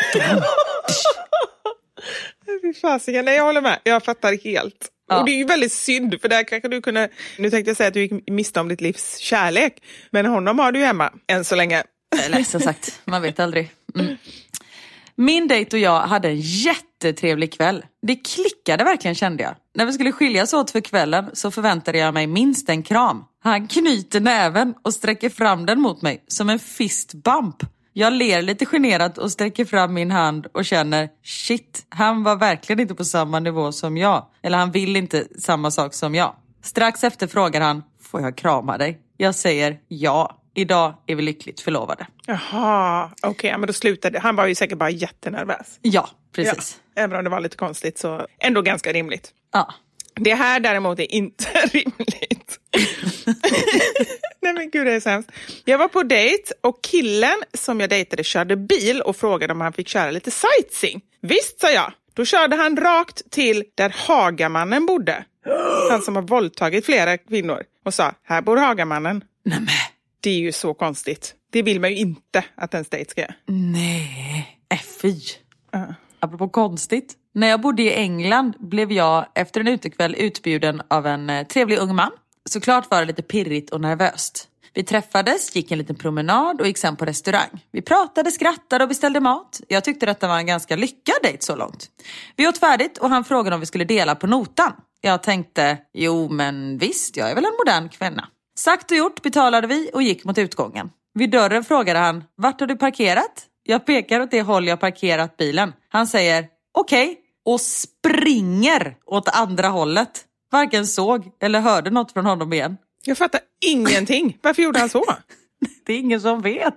Speaker 8: Fy fasiken, nej jag håller med, jag fattar helt. Ja. Och det är ju väldigt synd, för där kanske du kunde, nu tänkte jag säga att du gick miste om ditt livs kärlek. Men honom har du ju hemma, än så länge.
Speaker 9: Eller som sagt, man vet aldrig. Min dejt och jag hade en jättetrevlig kväll. Det klickade verkligen, kände jag. När vi skulle skiljas åt för kvällen så förväntade jag mig minst en kram. Han knyter näven och sträcker fram den mot mig som en fist bump. Jag ler lite generat och sträcker fram min hand och känner, shit, han var verkligen inte på samma nivå som jag. Eller han vill inte samma sak som jag. Strax efter frågar han, får jag krama dig? Jag säger ja. Idag är vi lyckligt förlovade.
Speaker 8: Jaha, okej, men då slutade han var ju säkert bara jättenervös.
Speaker 9: Ja, precis.
Speaker 8: Ja, även om det var lite konstigt så ändå ganska rimligt.
Speaker 9: Ja.
Speaker 8: Det här däremot är inte rimligt. Nej men gud, det är sämst. Jag var på dejt och killen som jag dejtade körde bil och frågade om han fick köra lite sightseeing. Visst, sa jag. Då körde han rakt till där Hagamannen bodde. Han som har våldtagit flera kvinnor. Och sa, här bor Hagamannen.
Speaker 9: Nämen.
Speaker 8: Det är ju så konstigt. Det vill man ju inte att en dejt ska göra.
Speaker 9: Nej, fy. Apropå konstigt. När jag bodde i England blev jag efter en utekväll utbjuden av en trevlig ung man. Såklart var det lite pirrigt och nervöst. Vi träffades, gick en liten promenad och gick sen på restaurang. Vi pratade, skrattade och beställde mat. Jag tyckte detta var en ganska lyckad dejt så långt. Vi åt färdigt och han frågade om vi skulle dela på notan. Jag tänkte, jo men visst, jag är väl en modern kvinna. Sagt och gjort betalade vi och gick mot utgången. Vid dörren frågade han, vart har du parkerat? Jag pekar åt det håll jag parkerat bilen. Han säger, okej, och springer åt andra hållet. Varken såg eller hörde något från honom igen.
Speaker 8: Jag fattar ingenting. Varför gjorde han så?
Speaker 9: Det är ingen som vet.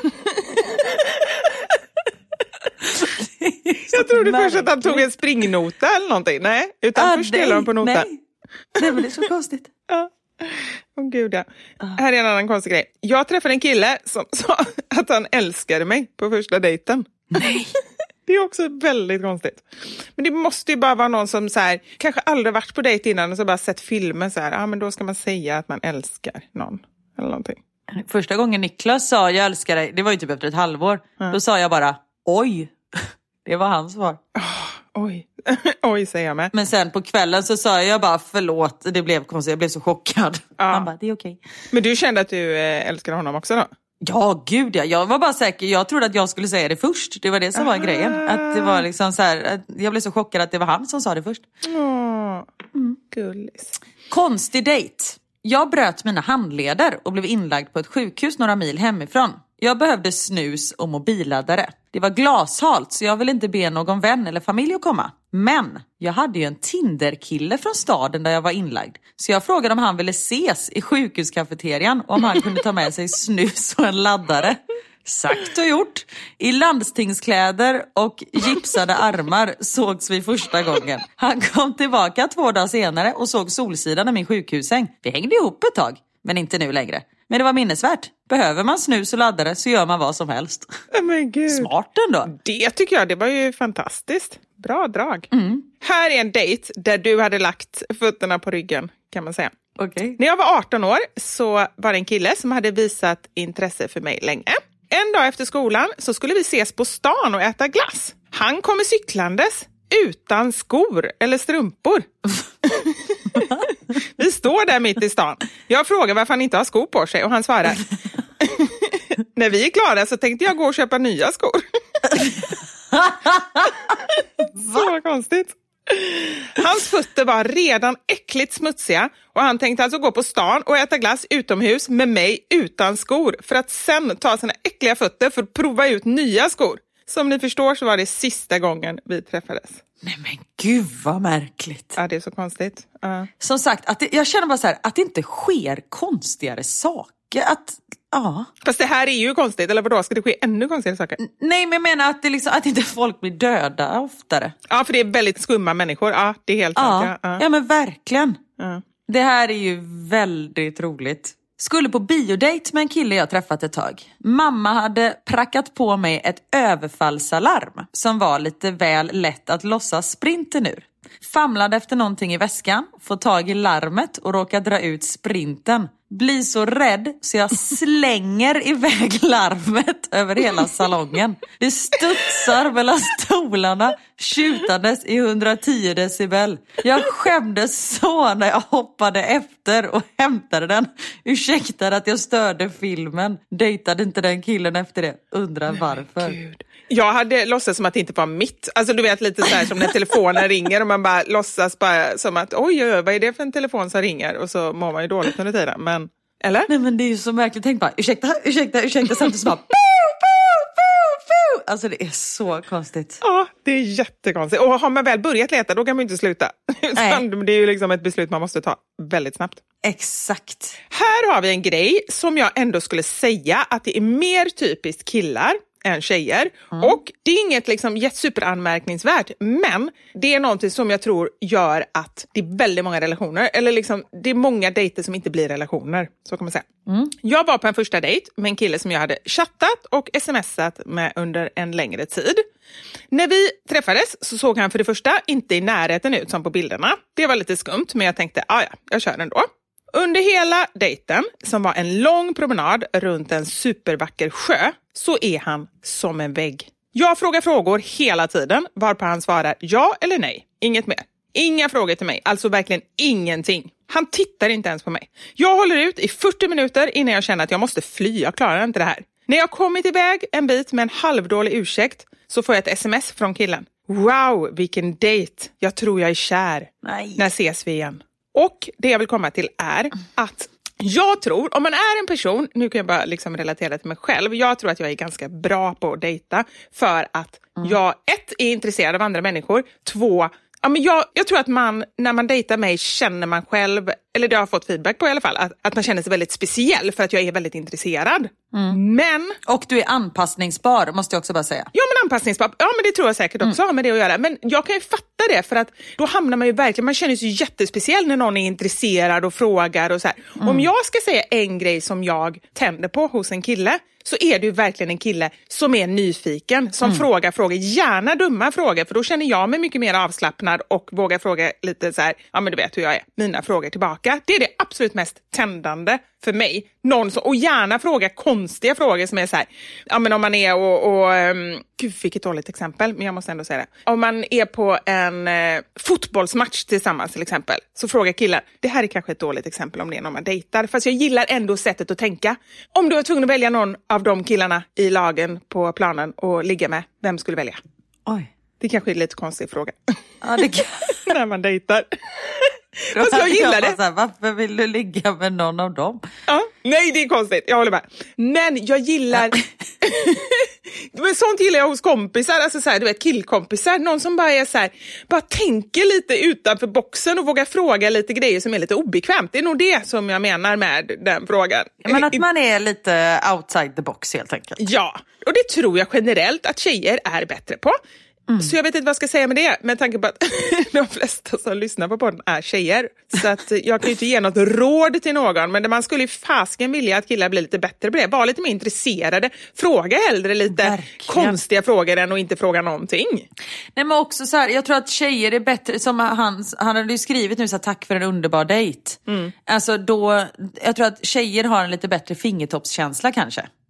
Speaker 8: Jag trodde först att han tog en springnota eller någonting. Nej, utan först delade han på notan.
Speaker 9: Nej, men det är så konstigt.
Speaker 8: Ja. Åh gud, ja. Här är en annan konstig grej. Jag träffade en kille som sa att han älskade mig på första dejten.
Speaker 9: Nej.
Speaker 8: Det är också väldigt konstigt. Men det måste ju bara vara någon som så här, kanske aldrig varit på dejt innan och så bara sett filmen så här. Men då ska man säga att man älskar någon eller någonting.
Speaker 9: Första gången Niklas sa jag älskar dig, det var ju typ efter ett halvår. Då sa jag bara, oj. Det var hans svar.
Speaker 8: Oj. Oj, säger jag med.
Speaker 9: Men sen på kvällen så sa jag bara förlåt. Det blev konstigt, jag blev så chockad. Han bara, det är okej.
Speaker 8: Men du kände att du älskade honom också då?
Speaker 9: Ja, gud ja. Jag var bara säker. Jag trodde att jag skulle säga det först. Det var det som var grejen. Att det var liksom så här, att jag blev så chockad att det var han som sa det först.
Speaker 8: Gullis.
Speaker 9: Konstig dejt. Jag bröt mina handleder och blev inlagd på ett sjukhus några mil hemifrån. Jag behövde snus och mobilladdare. Det var glashalt så jag ville inte be någon vän eller familj att komma. Men jag hade ju en Tinder-kille från staden där jag var inlagd. Så jag frågade om han ville ses i sjukhuskafeterian och om han kunde ta med sig snus och en laddare. Sagt och gjort. I landstingskläder och gipsade armar sågs vi första gången. Han kom tillbaka 2 dagar senare och såg solsidan av min sjukhussäng. Vi hängde ihop ett tag, men inte nu längre. Men det var minnesvärt. Behöver man snus och laddare så gör man vad som helst.
Speaker 8: Men gud.
Speaker 9: Smart ändå.
Speaker 8: Det tycker jag, det var ju fantastiskt. Bra drag. Här är en dejt där du hade lagt fötterna på ryggen, kan man säga.
Speaker 9: Okay.
Speaker 8: När jag var 18 år så var det en kille som hade visat intresse för mig länge. En dag efter skolan så skulle vi ses på stan och äta glass. Han kommer cyklandes utan skor eller strumpor. Vi står där mitt i stan. Jag frågar varför han inte har skor på sig och han svarar: När vi är klara så tänkte jag gå och köpa nya skor. Så konstigt. Hans fötter var redan äckligt smutsiga och han tänkte alltså gå på stan och äta glass utomhus med mig utan skor för att sen ta sina äckliga fötter för att prova ut nya skor. Som ni förstår så var det sista gången vi träffades.
Speaker 9: Nej men gud vad märkligt.
Speaker 8: Ja, det är så konstigt.
Speaker 9: Som sagt, jag känner bara så här, att det inte sker konstigare saker.
Speaker 8: Fast det här är ju konstigt, eller vadå? Ska det ske ännu konstigare saker?
Speaker 9: Nej, men jag menar att, det liksom, att inte folk blir döda oftare.
Speaker 8: Ja, för det är väldigt skumma människor. Ja, det är helt sant.
Speaker 9: Ja, men verkligen. Det här är ju väldigt roligt. Skulle på biodate med en kille jag träffat ett tag. Mamma hade prackat på mig ett överfallsalarm som var lite väl lätt att låtsas sprinten ur. Famlade efter någonting i väskan, får tag i larmet och råkar dra ut sprinten. Blir så rädd så jag slänger iväg larmet över hela salongen. Det studsar mellan stolarna, tjutandes i 110 decibel. Jag skämdes så när jag hoppade efter och hämtade den. Ursäkta att jag störde filmen. Dejtade inte den killen efter det. Undrar varför.
Speaker 8: Gud. Jag hade låtsats som att det inte var mitt. Alltså du vet lite så här som när telefonen ringer och man bara låtsas bara som att oj, vad är det för en telefon som ringer? Och så mår man ju dåligt under tiden. Men, eller?
Speaker 9: Nej men det är ju så märkligt. Tänk bara, ursäkta. Samtidigt så bara, alltså det är så konstigt.
Speaker 8: Ja, det är jättekonstigt. Och har man väl börjat leta, då kan man ju inte sluta. Det är ju liksom ett beslut man måste ta väldigt snabbt.
Speaker 9: Exakt.
Speaker 8: Här har vi en grej som jag ändå skulle säga att det är mer typiskt killar än tjejer. Och det är inget liksom superanmärkningsvärt, men det är någonting som jag tror gör att det är väldigt många relationer, eller liksom det är många dejter som inte blir relationer, så kan man säga. Jag var på en första dejt med en kille som jag hade chattat och smsat med under en längre tid. När vi träffades så såg han för det första inte i närheten ut som på bilderna. Det var lite skumt, men jag tänkte, jag kör ändå. Under hela dejten, som var en lång promenad runt en supervacker sjö, så är han som en vägg. Jag frågar frågor hela tiden, varpå han svarar ja eller nej. Inget mer. Inga frågor till mig, alltså verkligen ingenting. Han tittar inte ens på mig. Jag håller ut i 40 minuter innan jag känner att jag måste fly, jag klarar inte det här. När jag kommit iväg en bit med en halvdålig ursäkt så får jag ett sms från killen. Wow, vilken dejt. Jag tror jag är kär.
Speaker 9: Nej.
Speaker 8: När ses vi igen? Och det jag vill komma till är att jag tror, om man är en person, nu kan jag bara liksom relatera till mig själv, jag tror att jag är ganska bra på att dejta för att jag är intresserad av andra människor, 2, men jag tror att när man dejtar mig känner man själv, eller det har jag fått feedback på i alla fall, att man känner sig väldigt speciell för att jag är väldigt intresserad. Men...
Speaker 9: Och du är anpassningsbar, måste jag också bara säga.
Speaker 8: Ja, men anpassningsbar, ja men det tror jag säkert också har med det att göra. Men jag kan ju fatta det, för att då hamnar man ju verkligen, man känner sig jättespeciell när någon är intresserad och frågar och så här. Om jag ska säga en grej som jag tänder på hos en kille, så är det ju verkligen en kille som är nyfiken, som frågar frågor, gärna dumma frågor, för då känner jag mig mycket mer avslappnad och vågar fråga lite så här, ja men du vet hur jag är, mina frågor tillbaka. Det är det absolut mest tändande för mig. Någon som, och gärna fråga konstiga frågor som är så här, ja men om man är gud vilket dåligt exempel, men jag måste ändå säga det. Om man är på en fotbollsmatch tillsammans till exempel, så frågar killen, det här är kanske ett dåligt exempel om det är någon man dejtar, fast jag gillar ändå sättet att tänka. Om du var tvungen att välja någon av de killarna i lagen på planen och ligga med, vem skulle välja?
Speaker 9: Oj.
Speaker 8: Det kanske är en lite konstig fråga.
Speaker 9: Ja, det kan...
Speaker 8: när man dejtar. Fast jag gillar det.
Speaker 9: Här, varför vill du ligga med någon av dem?
Speaker 8: Ja, nej, det är konstigt. Jag håller med. Men jag gillar... Men sånt gillar jag hos kompisar. Alltså så här, du vet, killkompisar. Någon som bara är så här, bara tänker lite utanför boxen och vågar fråga lite grejer som är lite obekvämt. Det är nog det som jag menar med den frågan.
Speaker 9: Men att man är lite outside the box helt enkelt.
Speaker 8: Ja, och det tror jag generellt att tjejer är bättre på. Så jag vet inte vad jag ska säga med det, med tanke på att de flesta som lyssnar på podden är tjejer. Så att jag kan ju inte ge något råd till någon, men man skulle ju fasken vilja att killar blir lite bättre på det. Var lite mer intresserade, fråga hellre lite konstiga frågor än att inte fråga någonting. Nej,
Speaker 9: men också så här, jag tror att tjejer är bättre, som han hade ju skrivit nu så här, tack för en underbar dejt. Alltså då, jag tror att tjejer har en lite bättre fingertoppskänsla kanske.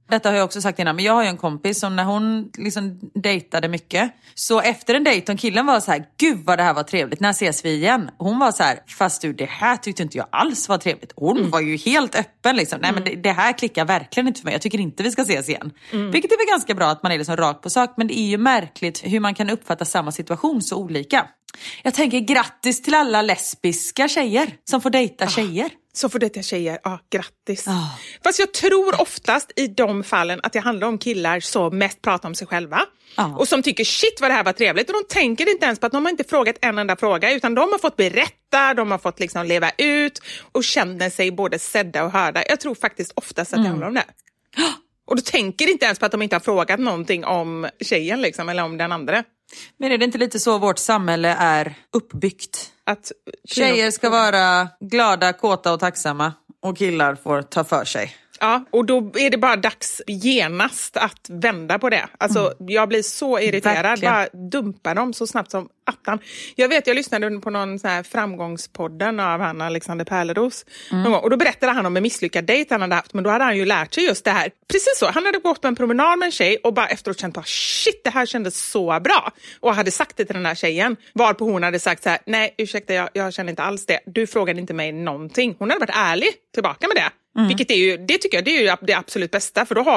Speaker 9: Detta har jag också sagt innan, men jag har ju en kompis som när hon liksom dejtade mycket, så efter en dejt om killen var så här: gud vad det här var trevligt, när ses vi igen? Hon var så här: fast du, det här tyckte inte jag alls var trevligt. Hon var ju helt öppen liksom. Nej men det här klickar verkligen inte för mig, jag tycker inte vi ska ses igen. Vilket är väl ganska bra att man är liksom rakt på sak, men det är ju märkligt hur man kan uppfatta samma situation så olika. Jag tänker grattis till alla lesbiska tjejer som får dejta tjejer.
Speaker 8: Så får dejta tjejer, grattis. Fast jag tror oftast i de fallen att det handlar om killar som mest pratar om sig själva. Och som tycker shit vad det här var trevligt. Och de tänker inte ens på att de har inte frågat en enda fråga. Utan de har fått berätta, de har fått liksom leva ut. Och känner sig både sedda och hörda. Jag tror faktiskt oftast att det handlar om det. Och du tänker inte ens på att de inte har frågat någonting om tjejen liksom, eller om den andra.
Speaker 9: Men är det inte lite så vårt samhälle är uppbyggt? Att tjejer ska vara glada, kåta och tacksamma. Och killar får ta för sig.
Speaker 8: Ja, och då är det bara dags genast att vända på det. Alltså, jag blir så irriterad.
Speaker 9: Verkligen.
Speaker 8: Bara dumpa dem så snabbt som attan. Jag lyssnade på någon sån här framgångspodden av han Alexander Pärleros. Och då berättade han om en misslyckad dejt han hade haft. Men då hade han ju lärt sig just det här. Precis så, han hade gått på en promenad med en tjej och bara efteråt känt att shit, det här kändes så bra. Och hade sagt det till den här tjejen. Varpå hon hade sagt så här: nej, ursäkta, jag känner inte alls det. Du frågade inte mig någonting. Hon hade varit ärlig tillbaka med det. Vilket är ju, det tycker jag, det är ju det absolut bästa. För då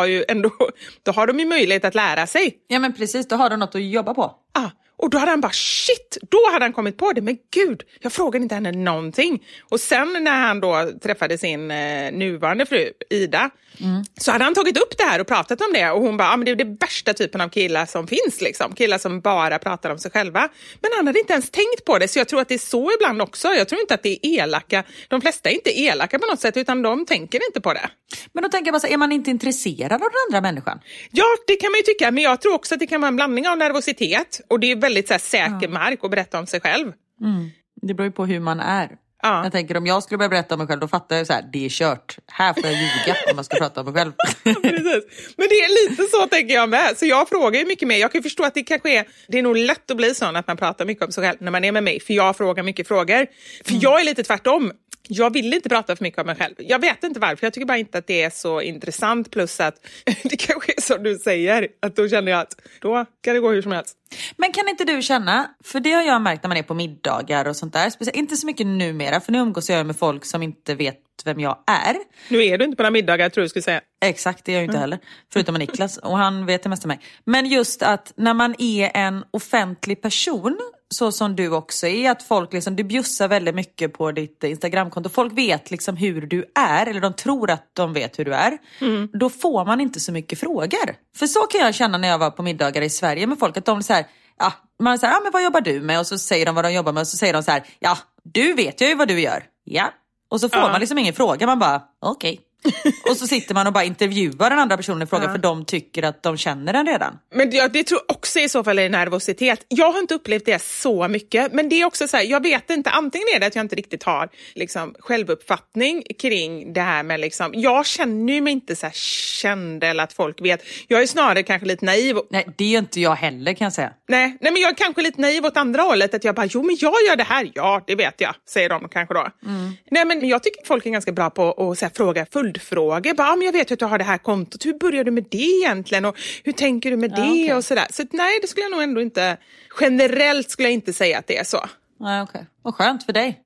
Speaker 8: har de ju möjlighet att lära sig.
Speaker 9: Ja men precis, då har de något att jobba på.
Speaker 8: Och då hade han bara shit, då hade han kommit på det. Men gud, jag frågade inte henne någonting. Och sen när han då träffade sin nuvarande fru Ida, så hade han tagit upp det här och pratat om det. Och hon bara, men det är det värsta typen av killar som finns liksom. Killar som bara pratar om sig själva. Men han hade inte ens tänkt på det. Så jag tror att det är så ibland också. Jag tror inte att det är elaka. De flesta är inte elaka på något sätt, utan de tänker inte på det.
Speaker 9: Men då tänker jag bara så, är man inte intresserad av den andra människan?
Speaker 8: Ja, det kan man ju tycka. Men jag tror också att det kan vara en blandning av nervositet. Och det är väldigt så här, säker mark att berätta om sig själv.
Speaker 9: Det beror ju på hur man är. Jag tänker, om jag skulle börja berätta om mig själv, då fattar jag så här: det är kört. Här får jag ljuga om man ska prata om mig själv.
Speaker 8: Precis. Men det är lite så tänker jag med. Så jag frågar ju mycket mer. Jag kan ju förstå att det är nog lätt att bli så att man pratar mycket om sig själv när man är med mig. För jag frågar mycket frågor. För jag är lite tvärtom. Jag vill inte prata för mycket om mig själv. Jag vet inte varför. Jag tycker bara inte att det är så intressant. Plus att det kanske är som du säger. Att då känner jag att då kan det gå hur som helst.
Speaker 9: Men kan inte du känna, för det har jag märkt när man är på middagar och sånt där. Speciellt, inte så mycket numera, för nu umgås jag med folk som inte vet vem jag är.
Speaker 8: Nu är du inte på några middagar, jag tror du skulle säga.
Speaker 9: Exakt, det är jag inte heller. Förutom med Niklas, och han vet det mesta om mig. Men just att när man är en offentlig person, så som du också är, att folk liksom, du bjussar väldigt mycket på ditt Instagramkonto. Folk vet liksom hur du är, eller de tror att de vet hur du är. Då får man inte så mycket frågor. För så kan jag känna när jag var på middagar i Sverige med folk, att de så här, man säger, men vad jobbar du med? Och så säger de vad de jobbar med, och så säger de så här, ja, du vet ju vad du gör. Ja. Och så får man liksom ingen fråga, man bara, okej. Och så sitter man och bara intervjuar den andra personen i fråga, för de tycker att de känner den redan.
Speaker 8: Men det tror också i så fall är nervositet. Jag har inte upplevt det så mycket, men det är också så här, jag vet inte, antingen är det att jag inte riktigt har liksom självuppfattning kring det här med liksom, jag känner ju mig inte så här känd eller att folk vet. Jag är snarare kanske lite naiv.
Speaker 9: Nej, det är ju inte jag heller, kan jag säga.
Speaker 8: Nej, men jag är kanske lite naiv åt andra hållet, att jag bara, jo men jag gör det här, ja det vet jag, säger de kanske då. Nej, men jag tycker folk är ganska bra på att så här, fråga följdfrågor. Bara, men jag vet ju att du har det här kontot, hur började du med det egentligen och hur tänker du med det okay. och sådär. Så nej, det skulle jag nog ändå inte, generellt skulle jag inte säga att det är så.
Speaker 9: Nej, okej. Och skönt för dig.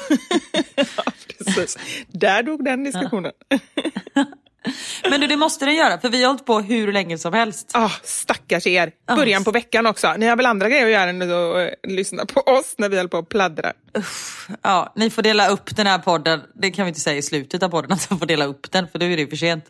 Speaker 8: Ja, precis. Där dog den diskussionen.
Speaker 9: Men du, det måste den göra, för vi har hållit på hur länge som helst.
Speaker 8: Stackars er. Början på veckan också. Ni har väl andra grejer att göra än att lyssna på oss när vi håller på att pladdra.
Speaker 9: Ja, ni får dela upp den här podden. Det kan vi inte säga i slutet av podden, att de får dela upp den, för då är det för sent.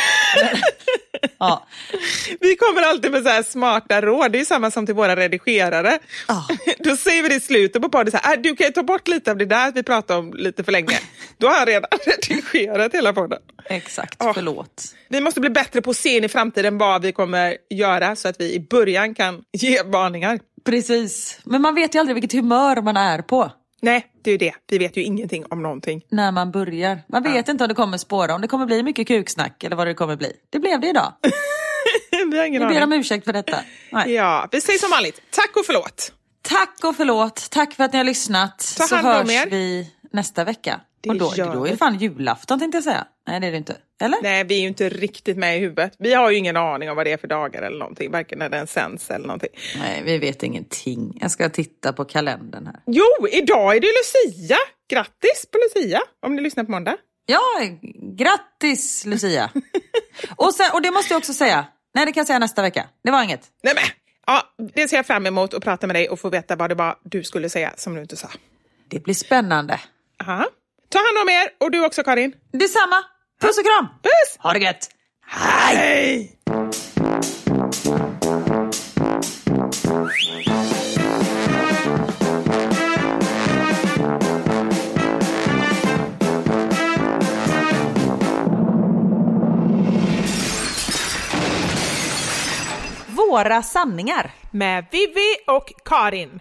Speaker 9: Ja.
Speaker 8: Vi kommer alltid med så här smarta råd. Det är samma som till våra redigerare. Då säger vi det i slutet på podden så här, du kan ta bort lite av det där vi pratade om lite för länge. Då har jag redan redigerat hela podden.
Speaker 9: Exakt, förlåt.
Speaker 8: Vi måste bli bättre på att se in i framtiden vad vi kommer göra, så att vi i början kan ge varningar.
Speaker 9: Precis, men man vet ju aldrig vilket humör man är på.
Speaker 8: Nej, det är ju det. Vi vet ju ingenting om någonting.
Speaker 9: När man börjar. Man vet inte om det kommer spåra, om det kommer bli mycket kuksnack eller vad det kommer bli. Det blev det idag. Vi ber om ursäkt för detta. Nej.
Speaker 8: Ja, vi säger som vanligt. Tack och förlåt.
Speaker 9: Tack och förlåt. Tack för att ni har lyssnat. Så hörs vi nästa vecka. Och då är det fan julafton, tänkte jag säga. Nej, det är det inte. Eller?
Speaker 8: Nej, vi är ju inte riktigt med i huvudet. Vi har ju ingen aning om vad det är för dagar eller någonting. Varken när den sänds eller någonting.
Speaker 9: Nej, vi vet ingenting. Jag ska titta på kalendern här.
Speaker 8: Jo, idag är det Lucia. Grattis på Lucia, om ni lyssnar på måndag.
Speaker 9: Ja, grattis Lucia. och det måste jag också säga. Nej, det kan jag säga nästa vecka. Det var inget.
Speaker 8: Nej, men ja, det ser jag fram emot att prata med dig och få veta vad det var du skulle säga som du inte sa.
Speaker 9: Det blir spännande.
Speaker 8: Aha. Ta hand om er, och du också, Karin.
Speaker 9: Detsamma. Puss och kram.
Speaker 8: Puss.
Speaker 9: Ha det gött. Hej!
Speaker 7: Våra sanningar.
Speaker 8: Med Vivi och Karin.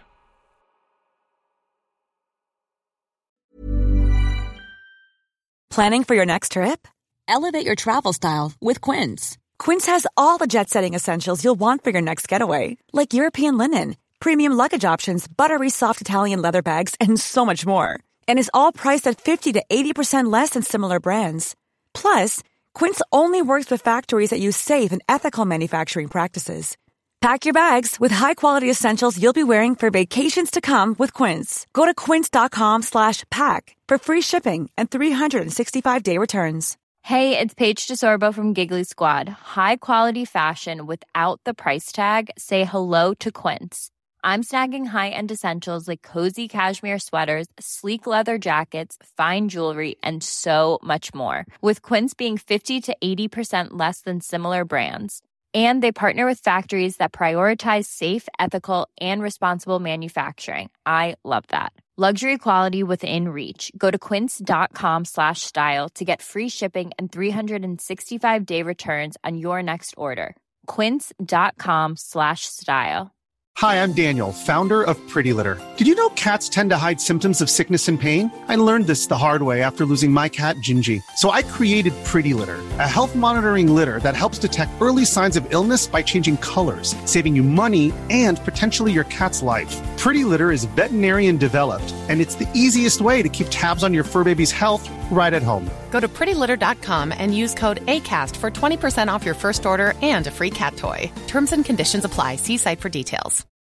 Speaker 6: Planning for your next trip? Elevate your travel style with Quince. Quince has all the jet-setting essentials you'll want for your next getaway, like European linen, premium luggage options, buttery soft Italian leather bags, and so much more. And is all priced at 50 to 80% less than similar brands. Plus, Quince only works with factories that use safe and ethical manufacturing practices. Pack your bags with high-quality essentials you'll be wearing for vacations to come with Quince. Go to quince.com/pack for free shipping and 365-day returns.
Speaker 10: Hey, it's Paige DeSorbo from Giggly Squad. High quality fashion without the price tag. Say hello to Quince. I'm snagging high-end essentials like cozy cashmere sweaters, sleek leather jackets, fine jewelry, and so much more. With Quince being 50 to 80% less than similar brands. And they partner with factories that prioritize safe, ethical, and responsible manufacturing. I love that. Luxury quality within reach. Go to quince.com/style to get free shipping and 365-day returns on your next order. Quince.com/style.
Speaker 11: Hi, I'm Daniel, founder of Pretty Litter. Did you know cats tend to hide symptoms of sickness and pain? I learned this the hard way after losing my cat, Gingy. So I created Pretty Litter, a health monitoring litter that helps detect early signs of illness by changing colors, saving you money and potentially your cat's life. Pretty Litter is veterinarian developed, and it's the easiest way to keep tabs on your fur baby's health right at home.
Speaker 12: Go to prettylitter.com and use code ACAST for 20% off your first order and a free cat toy. Terms and conditions apply. See site for details.